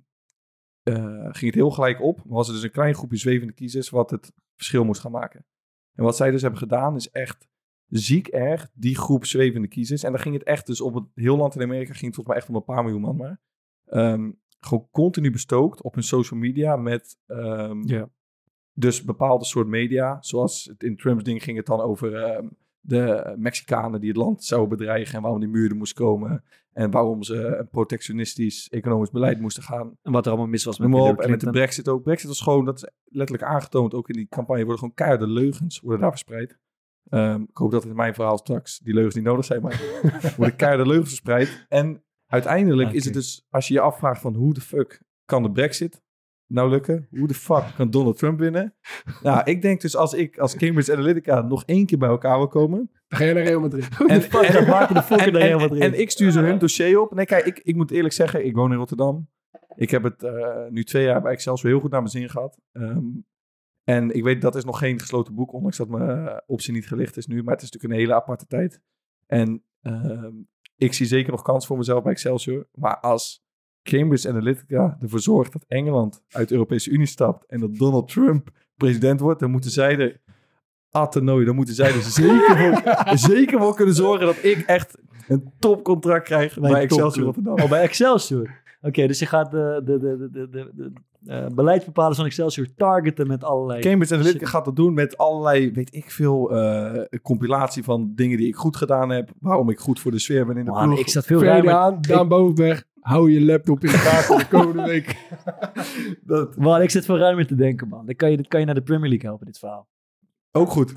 S1: uh, uh, ging het heel gelijk op, maar was er dus een klein groepje zwevende kiezers wat het verschil moest gaan maken. En wat zij dus hebben gedaan is echt ziek erg die groep zwevende kiezers. En dan ging het echt dus op het heel land in Amerika, ging het volgens mij echt om een paar miljoen man maar. Um, gewoon continu bestookt op hun social media met um,
S8: ja.
S1: dus bepaalde soort media. Zoals het in Trumps ding ging het dan over um, de Mexicanen die het land zouden bedreigen en waarom die muur er moest komen. En waarom ze een protectionistisch economisch beleid moesten gaan.
S8: En wat er allemaal mis was met,
S1: op, en met de Brexit ook. Brexit was gewoon, dat is letterlijk aangetoond, ook in die campagne worden gewoon keiharde leugens worden daar verspreid. Um, ik hoop dat het in mijn verhaal straks die leugens niet nodig zijn, maar worden keiharde leugens verspreid. En uiteindelijk okay. is het dus, als je je afvraagt van hoe de fuck kan de Brexit nou lukken? Hoe de fuck kan Donald Trump winnen? Nou, ik denk dus als ik als Cambridge Analytica nog één keer bij elkaar wil komen.
S5: Dan ga je naar Real Madrid.
S1: En, en, en, en, en, en ik stuur ze hun dossier op. Nee, kijk, ik, ik moet eerlijk zeggen, ik woon in Rotterdam. Ik heb het uh, nu twee jaar bij Excelsior heel goed naar mijn zin gehad. Um, en ik weet, dat is nog geen gesloten boek, ondanks dat mijn uh, optie niet gelicht is nu. Maar het is natuurlijk een hele aparte tijd. En uh, ik zie zeker nog kans voor mezelf bij Excelsior. Maar als Cambridge Analytica ervoor zorgt dat Engeland uit de Europese Unie stapt en dat Donald Trump president wordt, dan moeten zij er attenooien, dan moeten zij er zeker voor, zeker voor kunnen zorgen dat ik echt een topcontract krijg nee, bij Excelsior Rotterdam.
S8: Oh, bij Excelsior? Oké, okay, dus je gaat de, de, de, de, de, de uh, beleidsbepalers van Excelsior targeten met allerlei...
S1: Cambridge Analytica gaat dat doen met allerlei, weet ik veel, uh, compilatie van dingen die ik goed gedaan heb, waarom ik goed voor de sfeer ben in de
S8: Man,
S1: ploeg.
S8: Ik zat veel ruimer
S5: aan, Daan Bovenberg, hou je laptop in de gaten de komende week.
S8: dat... Man, ik zit veel ruimer te denken, man. Dan kan je, dit kan je naar de Premier League helpen, dit verhaal.
S1: Ook goed.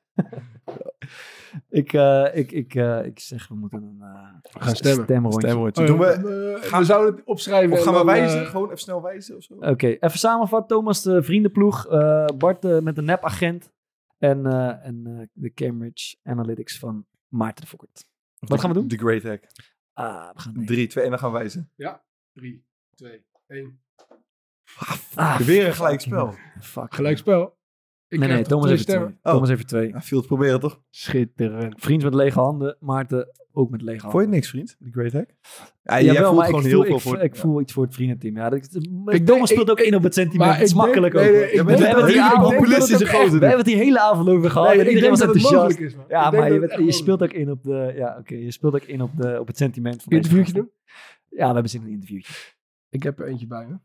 S8: ik, uh, ik, ik, uh, ik zeg, we moeten een uh,
S5: we gaan stemmen.
S8: stemrondje.
S5: stemrondje. Oh, Doen we, uh, gaan, we zouden het opschrijven.
S1: Of gaan we
S5: dan,
S1: wijzen?
S5: Uh,
S1: Gewoon even snel wijzen of zo?
S8: Oké, okay, even samenvatten. Thomas de vriendenploeg. Uh, Bart uh, met de nepagent. En, uh, en uh, de Cambridge Analytics van Maarten de Fokkert. Wat
S1: de,
S8: gaan we doen?
S1: The Great Hack.
S8: Ah, we gaan
S1: drie, twee en dan gaan we wijzen.
S5: Ja, drie, twee, één.
S1: Ah, weer een gelijkspel.
S8: Fuck.
S5: Gelijkspel. Ik
S8: nee, nee, Thomas heeft twee. Oh. Thomas heeft twee.
S1: Ja, viel het proberen toch?
S5: Schitterend.
S8: Vriend met lege handen, Maarten ook met lege handen.
S1: Vond je niks, vriend? The Great Hack?
S8: Ja, ja wel, maar gewoon ik, heel voel, veel ik, voor, ik ja. voel iets voor het vriendenteam. Ja, dat, ik, Thomas speelt ook in op het sentiment. Het is makkelijk ook. We hebben het die hele avond over gehad. Nee, iedereen was enthousiast. Is, ja, maar je, je, je speelt ook in op de. Ja, oké. Okay, je speelt ook in op, de, op het sentiment. Van
S5: interviewtje doen?
S8: Ja, we hebben zin in een interviewtje.
S5: Ik heb er eentje bij me.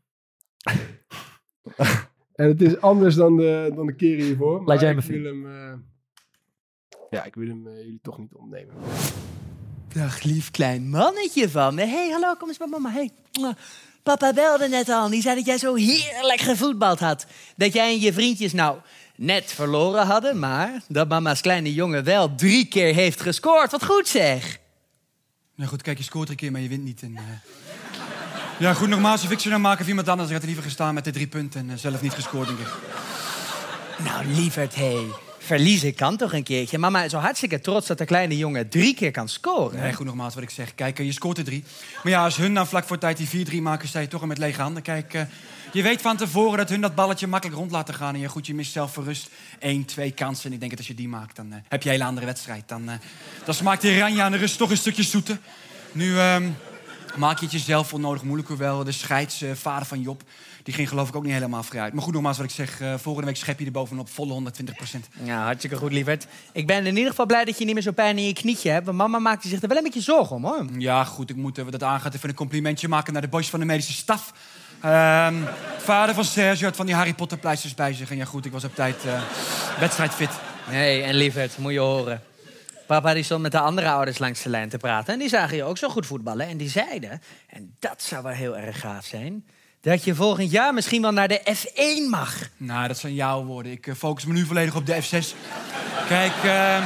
S5: En het is anders dan de, dan de keren hiervoor.
S8: Laat jij me
S5: ik wil hem, uh, ja, ik wil hem uh, jullie toch niet opnemen.
S2: Dag lief klein mannetje van me. Hé, hey, hallo, kom eens bij mama. Hey. Papa belde net al. Die zei dat jij zo heerlijk gevoetbald had. Dat jij en je vriendjes nou net verloren hadden. Maar dat mama's kleine jongen wel drie keer heeft gescoord. Wat goed zeg.
S9: Nou goed, kijk, je scoort een keer, maar je wint niet. En, uh... Ja, goed, nogmaals, of ik ze nou maken of iemand anders. Ik had er liever gestaan met de drie punten en uh, zelf niet gescoord, denk ik.
S2: Nou, lieverd, hé. Hey. Verliezen kan toch een keertje. Mama is zo hartstikke trots dat de kleine jongen drie keer kan scoren.
S9: Nee, goed, nogmaals wat ik zeg. Kijk, je scoort er drie. Maar ja, als hun dan vlak voor tijd die vier drie maken, sta je toch al met lege handen. Kijk, uh, je weet van tevoren dat hun dat balletje makkelijk rond laten gaan. En je, goed, je mist zelf voor rust één, twee kansen. En ik denk dat als je die maakt, dan uh, heb je een hele andere wedstrijd. Dan, uh, dan smaakt die Ranja aan de rust toch een stukje zoeter. Nu uh, maak je het jezelf onnodig moeilijk. Hoewel de scheidsvader uh, van Job, die ging geloof ik ook niet helemaal vrij uit. Maar goed, nogmaals wat ik zeg, uh, volgende week schep je er bovenop volle honderdtwintig procent.
S2: Ja, hartstikke goed, lieverd. Ik ben in ieder geval blij dat je niet meer zo pijn in je knietje hebt. Want mama maakte zich er wel een beetje zorgen om, hoor.
S9: Ja, goed, ik moet uh, dat aangaat even een complimentje maken naar de boys van de medische staf. Um, vader van Sergio had van die Harry Potter pleisters bij zich. En ja, goed, ik was op tijd uh, wedstrijdfit.
S2: Nee, en lieverd, moet je horen. Papa die stond met de andere ouders langs de lijn te praten. En die zagen je ook zo goed voetballen. En die zeiden, en dat zou wel heel erg gaaf zijn, dat je volgend jaar misschien wel naar de F één mag.
S9: Nou, dat zijn jouw woorden. Ik uh, focus me nu volledig op de F zes. Kijk, uh,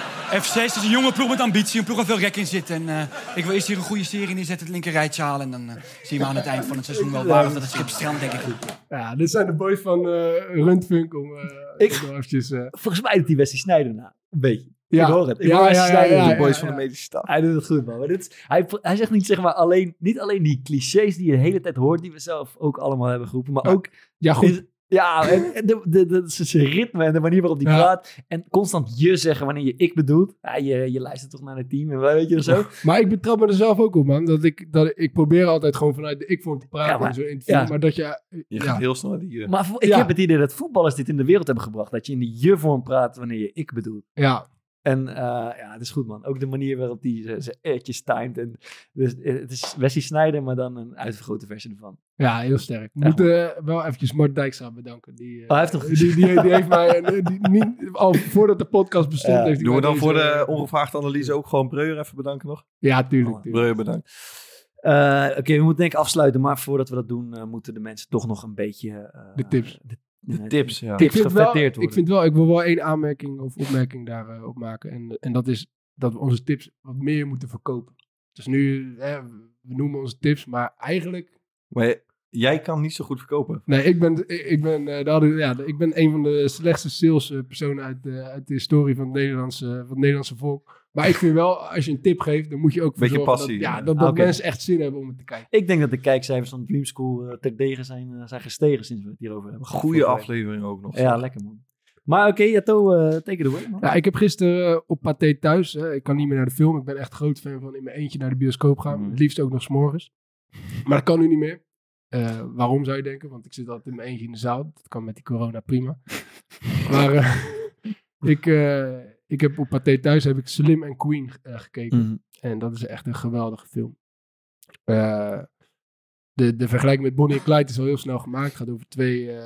S9: F zes is een jonge ploeg met ambitie. Een ploeg waar veel rek in zit. En uh, ik wil eerst hier een goede serie neerzetten, het linker rijtje halen. En dan uh, zien we aan het eind van het seizoen wel waar dat het schip strandt, denk ik.
S5: Ja, dit zijn de boys van uh, Rundfunk. Om, uh,
S8: Ik-
S5: eventjes, uh,
S8: Volgens mij doet die Wesley Sneijder nou. Een beetje.
S5: Ja.
S8: Ik hoor het. Ik
S5: Ja,
S8: hoor
S5: ja,
S8: Wesley
S5: ja,
S8: Sneijder.
S5: ja,
S1: de boys
S5: ja,
S1: van de
S5: ja.
S1: medische staf.
S8: Hij doet het goed, man. Maar dit is- hij, hij zegt niet, zeg maar, alleen, niet alleen die clichés die je de hele tijd hoort, die we zelf ook allemaal hebben geroepen, maar
S5: Ja.
S8: ook
S5: ja, goed.
S8: is- ja, en, en de, de, de, zijn ritme en de manier waarop hij
S5: Ja.
S8: praat. En constant je zeggen wanneer je ik bedoelt. Ja, je, je luistert toch naar het team en weet je of zo.
S5: Maar ik betrap me er zelf ook op, man. Dat ik, dat ik probeer altijd gewoon vanuit de ik-vorm te praten
S8: Ja, maar-
S5: en zo interview.
S8: ja.
S5: Maar dat je...
S1: Je
S5: ja.
S1: gaat heel snel die... uh,
S8: Maar vo- ik
S5: Ja.
S8: heb het idee dat voetballers dit in de wereld hebben gebracht. Dat je in de je-vorm praat wanneer je ik bedoelt.
S5: Ja,
S8: En uh, ja, het is goed, man. Ook de manier waarop hij zijn ertjes timed. En dus, eh, het is Wesley Sneijder, maar dan een uitvergrote versie ervan.
S5: ja, heel sterk. We
S8: Ja.
S5: moeten uh, wel eventjes Mart Dijkstra bedanken. Die, uh,
S8: hij heeft nog-
S5: die, die, die heeft mij... uh, die, niet, al voordat de podcast bestond...
S8: Ja.
S5: heeft hij
S1: Doen we
S5: mij
S1: dan voor
S5: deze-
S1: de ongevraagde analyse ook gewoon Breuer even bedanken nog?
S5: Ja, tuurlijk. tuurlijk.
S1: Breuer bedankt.
S8: Uh, Oké, we moeten denk ik afsluiten. Maar voordat we dat doen, uh, moeten de mensen toch nog een beetje... uh,
S5: De tips.
S8: De,
S1: De tips, ja.
S5: Ik
S8: tips
S5: vind, wel,
S8: gefetteerd
S5: ik
S8: worden.
S5: vind wel, ik wil wel één aanmerking of opmerking daarop op maken. En, en dat is dat we onze tips wat meer moeten verkopen. Dus nu, hè, we noemen onze tips, maar eigenlijk...
S1: Maar jij kan niet zo goed verkopen.
S5: Nee, ik ben, ik, ik ben, eh, daar hadden- ja, ik ben een van de slechtste salespersonen uit, de- uit de historie van het, Nederlandse, van het Nederlandse volk. Maar ik vind wel, als je een tip geeft, dan moet je ook voor
S1: Beetje
S5: zorgen
S1: passie,
S5: dat, ja,
S1: ja.
S5: dat, dat
S8: Oké.
S5: mensen echt zin hebben om het te kijken.
S8: Ik denk dat de kijkcijfers van Dream School uh, terdege zijn, uh, zijn gestegen sinds we het hierover hebben gehad.
S1: Goede
S8: Vorige week.
S1: aflevering ook nog.
S8: Ja, lekker man. Maar oké, okay, Jato, uh, take it away, man.
S5: Ja, ik heb gisteren uh, op Pathé thuis, hè, ik kan niet meer naar de film. Ik ben echt groot fan van in mijn eentje naar de bioscoop gaan.
S1: Mm.
S5: Het liefst ook nog 's morgens. Maar dat kan nu niet meer. Uh, waarom zou je denken? Want ik zit altijd in mijn eentje in de zaal. Dat kan met die corona prima. maar uh, ik, uh, ik heb op Pathé thuis heb ik Slim en Queen uh, gekeken.
S8: Mm.
S5: En dat is echt een geweldige film. Uh, de, de vergelijking met Bonnie en Clyde is al heel snel gemaakt. Het gaat over twee, uh, uh,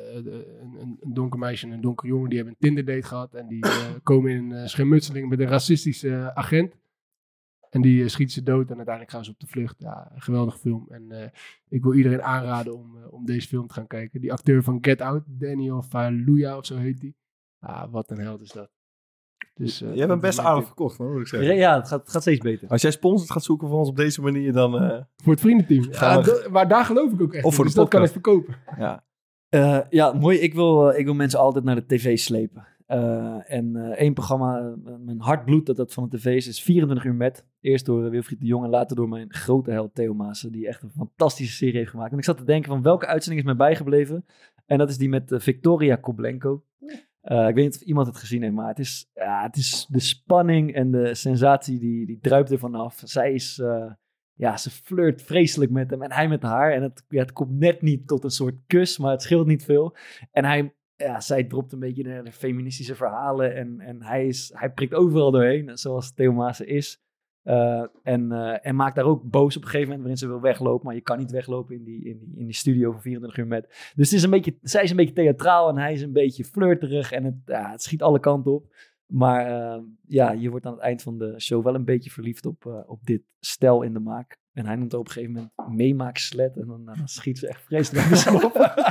S5: een, een donker meisje en een donker jongen. Die hebben een Tinder date gehad. En die uh, komen in een uh, schermutseling met een racistische uh, agent. En die uh, schiet ze dood en uiteindelijk gaan ze op de vlucht. Ja, een geweldige film. En uh, ik wil iedereen aanraden om, uh, om deze film te gaan kijken. Die acteur van Get Out, Daniel Kaluuya of zo heet die. Ah, wat een held is dat. Dus, uh,
S1: Jij bent
S5: dat is
S1: best
S5: mijn
S1: aardig
S5: tip.
S1: verkocht, hoor, moet ik zeggen.
S8: Ja, het gaat, het gaat steeds beter.
S1: Als jij sponsors gaat zoeken voor ons op deze manier, dan... uh,
S5: Voor het vriendenteam.
S1: Gaan
S5: Ja,
S1: we-
S5: dat- maar daar geloof ik ook echt
S1: Of
S5: in.
S1: voor de
S5: Dus dat kan ik
S1: podcast.
S5: verkopen.
S1: ja.
S8: Uh, ja, mooi. Ik wil, uh, ik wil mensen altijd naar de tv slepen. Uh, en uh, één programma, uh, mijn hartbloed dat dat van de tv is, is vierentwintig uur met. Eerst door uh, Wilfried de Jong en later door mijn grote held Theo Maassen, die echt een fantastische serie heeft gemaakt. En ik zat te denken van welke uitzending is mij bijgebleven. En dat is die met uh, Victoria Koblenko. Uh, ik weet niet of iemand het gezien heeft, maar het is, ja, het is de spanning en de sensatie die, die druipt er vanaf. Zij is... Uh, Ja, ze flirt vreselijk met hem en hij met haar. En het, ja, het komt net niet tot een soort kus, maar het scheelt niet veel. En hij, ja, zij dropt een beetje de, de feministische verhalen. En, en hij, is, hij prikt overal doorheen, zoals Theo Maassen is. Uh, en, uh, en maakt daar ook boos op een gegeven moment waarin ze wil weglopen. Maar je kan niet weglopen in die, in die, in die studio van vierentwintig uur met. Dus het is een beetje, zij is een beetje theatraal en hij is een beetje flirterig. En het, ja, het schiet alle kanten op. Maar uh, ja, je wordt aan het eind van de show wel een beetje verliefd op, uh, op dit stel in de maak. En hij noemt het op een gegeven moment meemaakslet. En dan, nou, dan schiet ze echt vreselijk naar de op.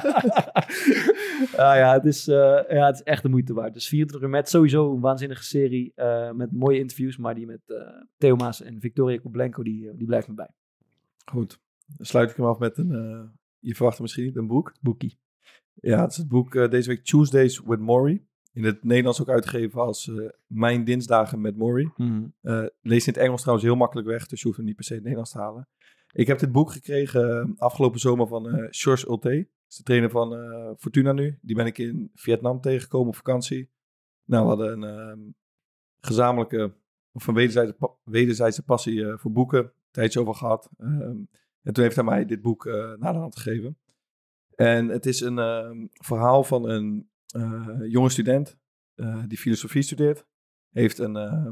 S8: uh, ja, het is, uh, ja, het is echt de moeite waard. Dus vierentwintig uur met sowieso een waanzinnige serie. Uh, met mooie interviews. Maar die met uh, Theo Maassen en Victoria Koblenko, die, die blijft me bij.
S1: Goed. Dan sluit ik hem af met een, uh, je verwacht het misschien niet, een boek.
S8: Boekie.
S1: Ja, het is het boek uh, deze week Tuesdays with Maury. In het Nederlands ook uitgegeven als uh, Mijn Dinsdagen met Maury.
S8: Mm-hmm.
S1: Uh, lees in het Engels trouwens heel makkelijk weg, dus je hoeft hem niet per se in het Nederlands te halen. Ik heb dit boek gekregen uh, afgelopen zomer van uh, Georges Ulte. Dat is de trainer van uh, Fortuna nu. Die ben ik in Vietnam tegengekomen op vakantie. Nou, we hadden een uh, gezamenlijke, of een wederzijdse, pa- wederzijdse passie uh, voor boeken. Een tijdje over gehad. Um, en toen heeft hij mij dit boek uh, naar de hand gegeven. En het is een uh, verhaal van een uh, jonge student uh, die filosofie studeert. Heeft een uh,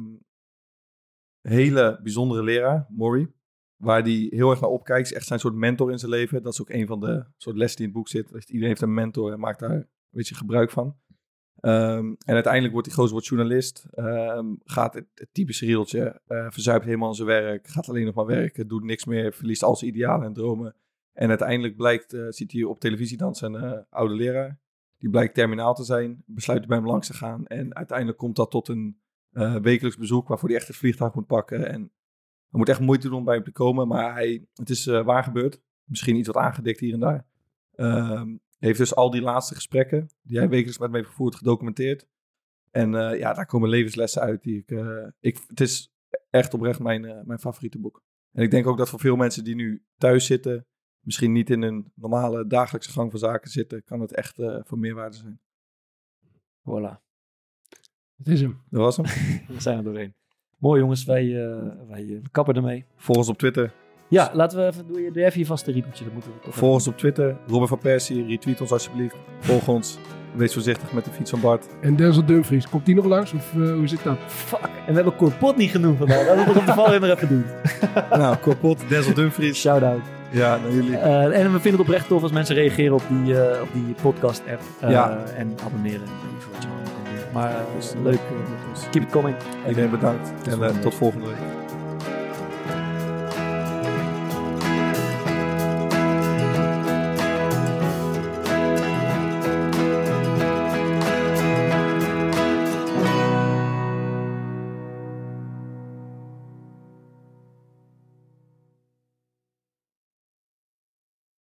S1: hele bijzondere leraar, Maury, waar die heel erg naar opkijkt. Is echt zijn soort mentor in zijn leven. Dat is ook een van de soort lessen die in het boek zit. Iedereen heeft een mentor en maakt daar een beetje gebruik van. Um, en uiteindelijk wordt die gozer wordt journalist. Um, gaat het, het typische riedeltje. Uh, verzuipt helemaal in zijn werk. Gaat alleen nog maar werken. Doet niks meer. Verliest al zijn idealen en dromen. En uiteindelijk blijkt, uh, ziet hij op televisie dan zijn uh, oude leraar. Die blijkt terminaal te zijn. Besluit hij bij hem langs te gaan. En uiteindelijk komt dat tot een uh, wekelijks bezoek. Waarvoor hij echt het vliegtuig moet pakken. En hij moet echt moeite doen om bij hem te komen. Maar hij, het is uh, waar gebeurd. Misschien iets wat aangedikt hier en daar. Um, heeft dus al die laatste gesprekken die hij wekelijks met me vervoert gedocumenteerd. En uh, ja, daar komen levenslessen uit die ik... Uh, ik het is echt oprecht mijn, uh, mijn favoriete boek. En ik denk ook dat voor veel mensen die nu thuis zitten, misschien niet in een normale dagelijkse gang van zaken zitten, kan het echt uh, van meerwaarde zijn.
S8: Voilà.
S5: Dat is hem.
S1: Dat was hem.
S8: We zijn er doorheen. Mooi jongens, wij, uh, wij uh, kappen ermee.
S1: Volg ons op Twitter.
S8: Ja, laten we even, doe je, doe even je vaste riedeltje. Dat moeten we toch
S1: Volg ons op Twitter. Robin van Persie, retweet ons alsjeblieft. Volg ons. Wees voorzichtig met de fiets van Bart.
S5: En Denzel Dumfries, komt die nog langs of uh, hoe zit dat?
S8: Fuck, en we hebben Corpot niet genoemd vandaag. Dat hebben we op de valrein nog even doen.
S1: Nou, Corpot, Denzel Dumfries.
S8: Shout-out.
S1: Ja, naar jullie.
S8: Uh, en we vinden het oprecht tof als mensen reageren op die, uh, op die podcast-app. Uh,
S1: ja.
S8: En abonneren. Maar uh, leuk. Uh, keep it coming.
S1: Iedereen bedankt. En uh, tot volgende week.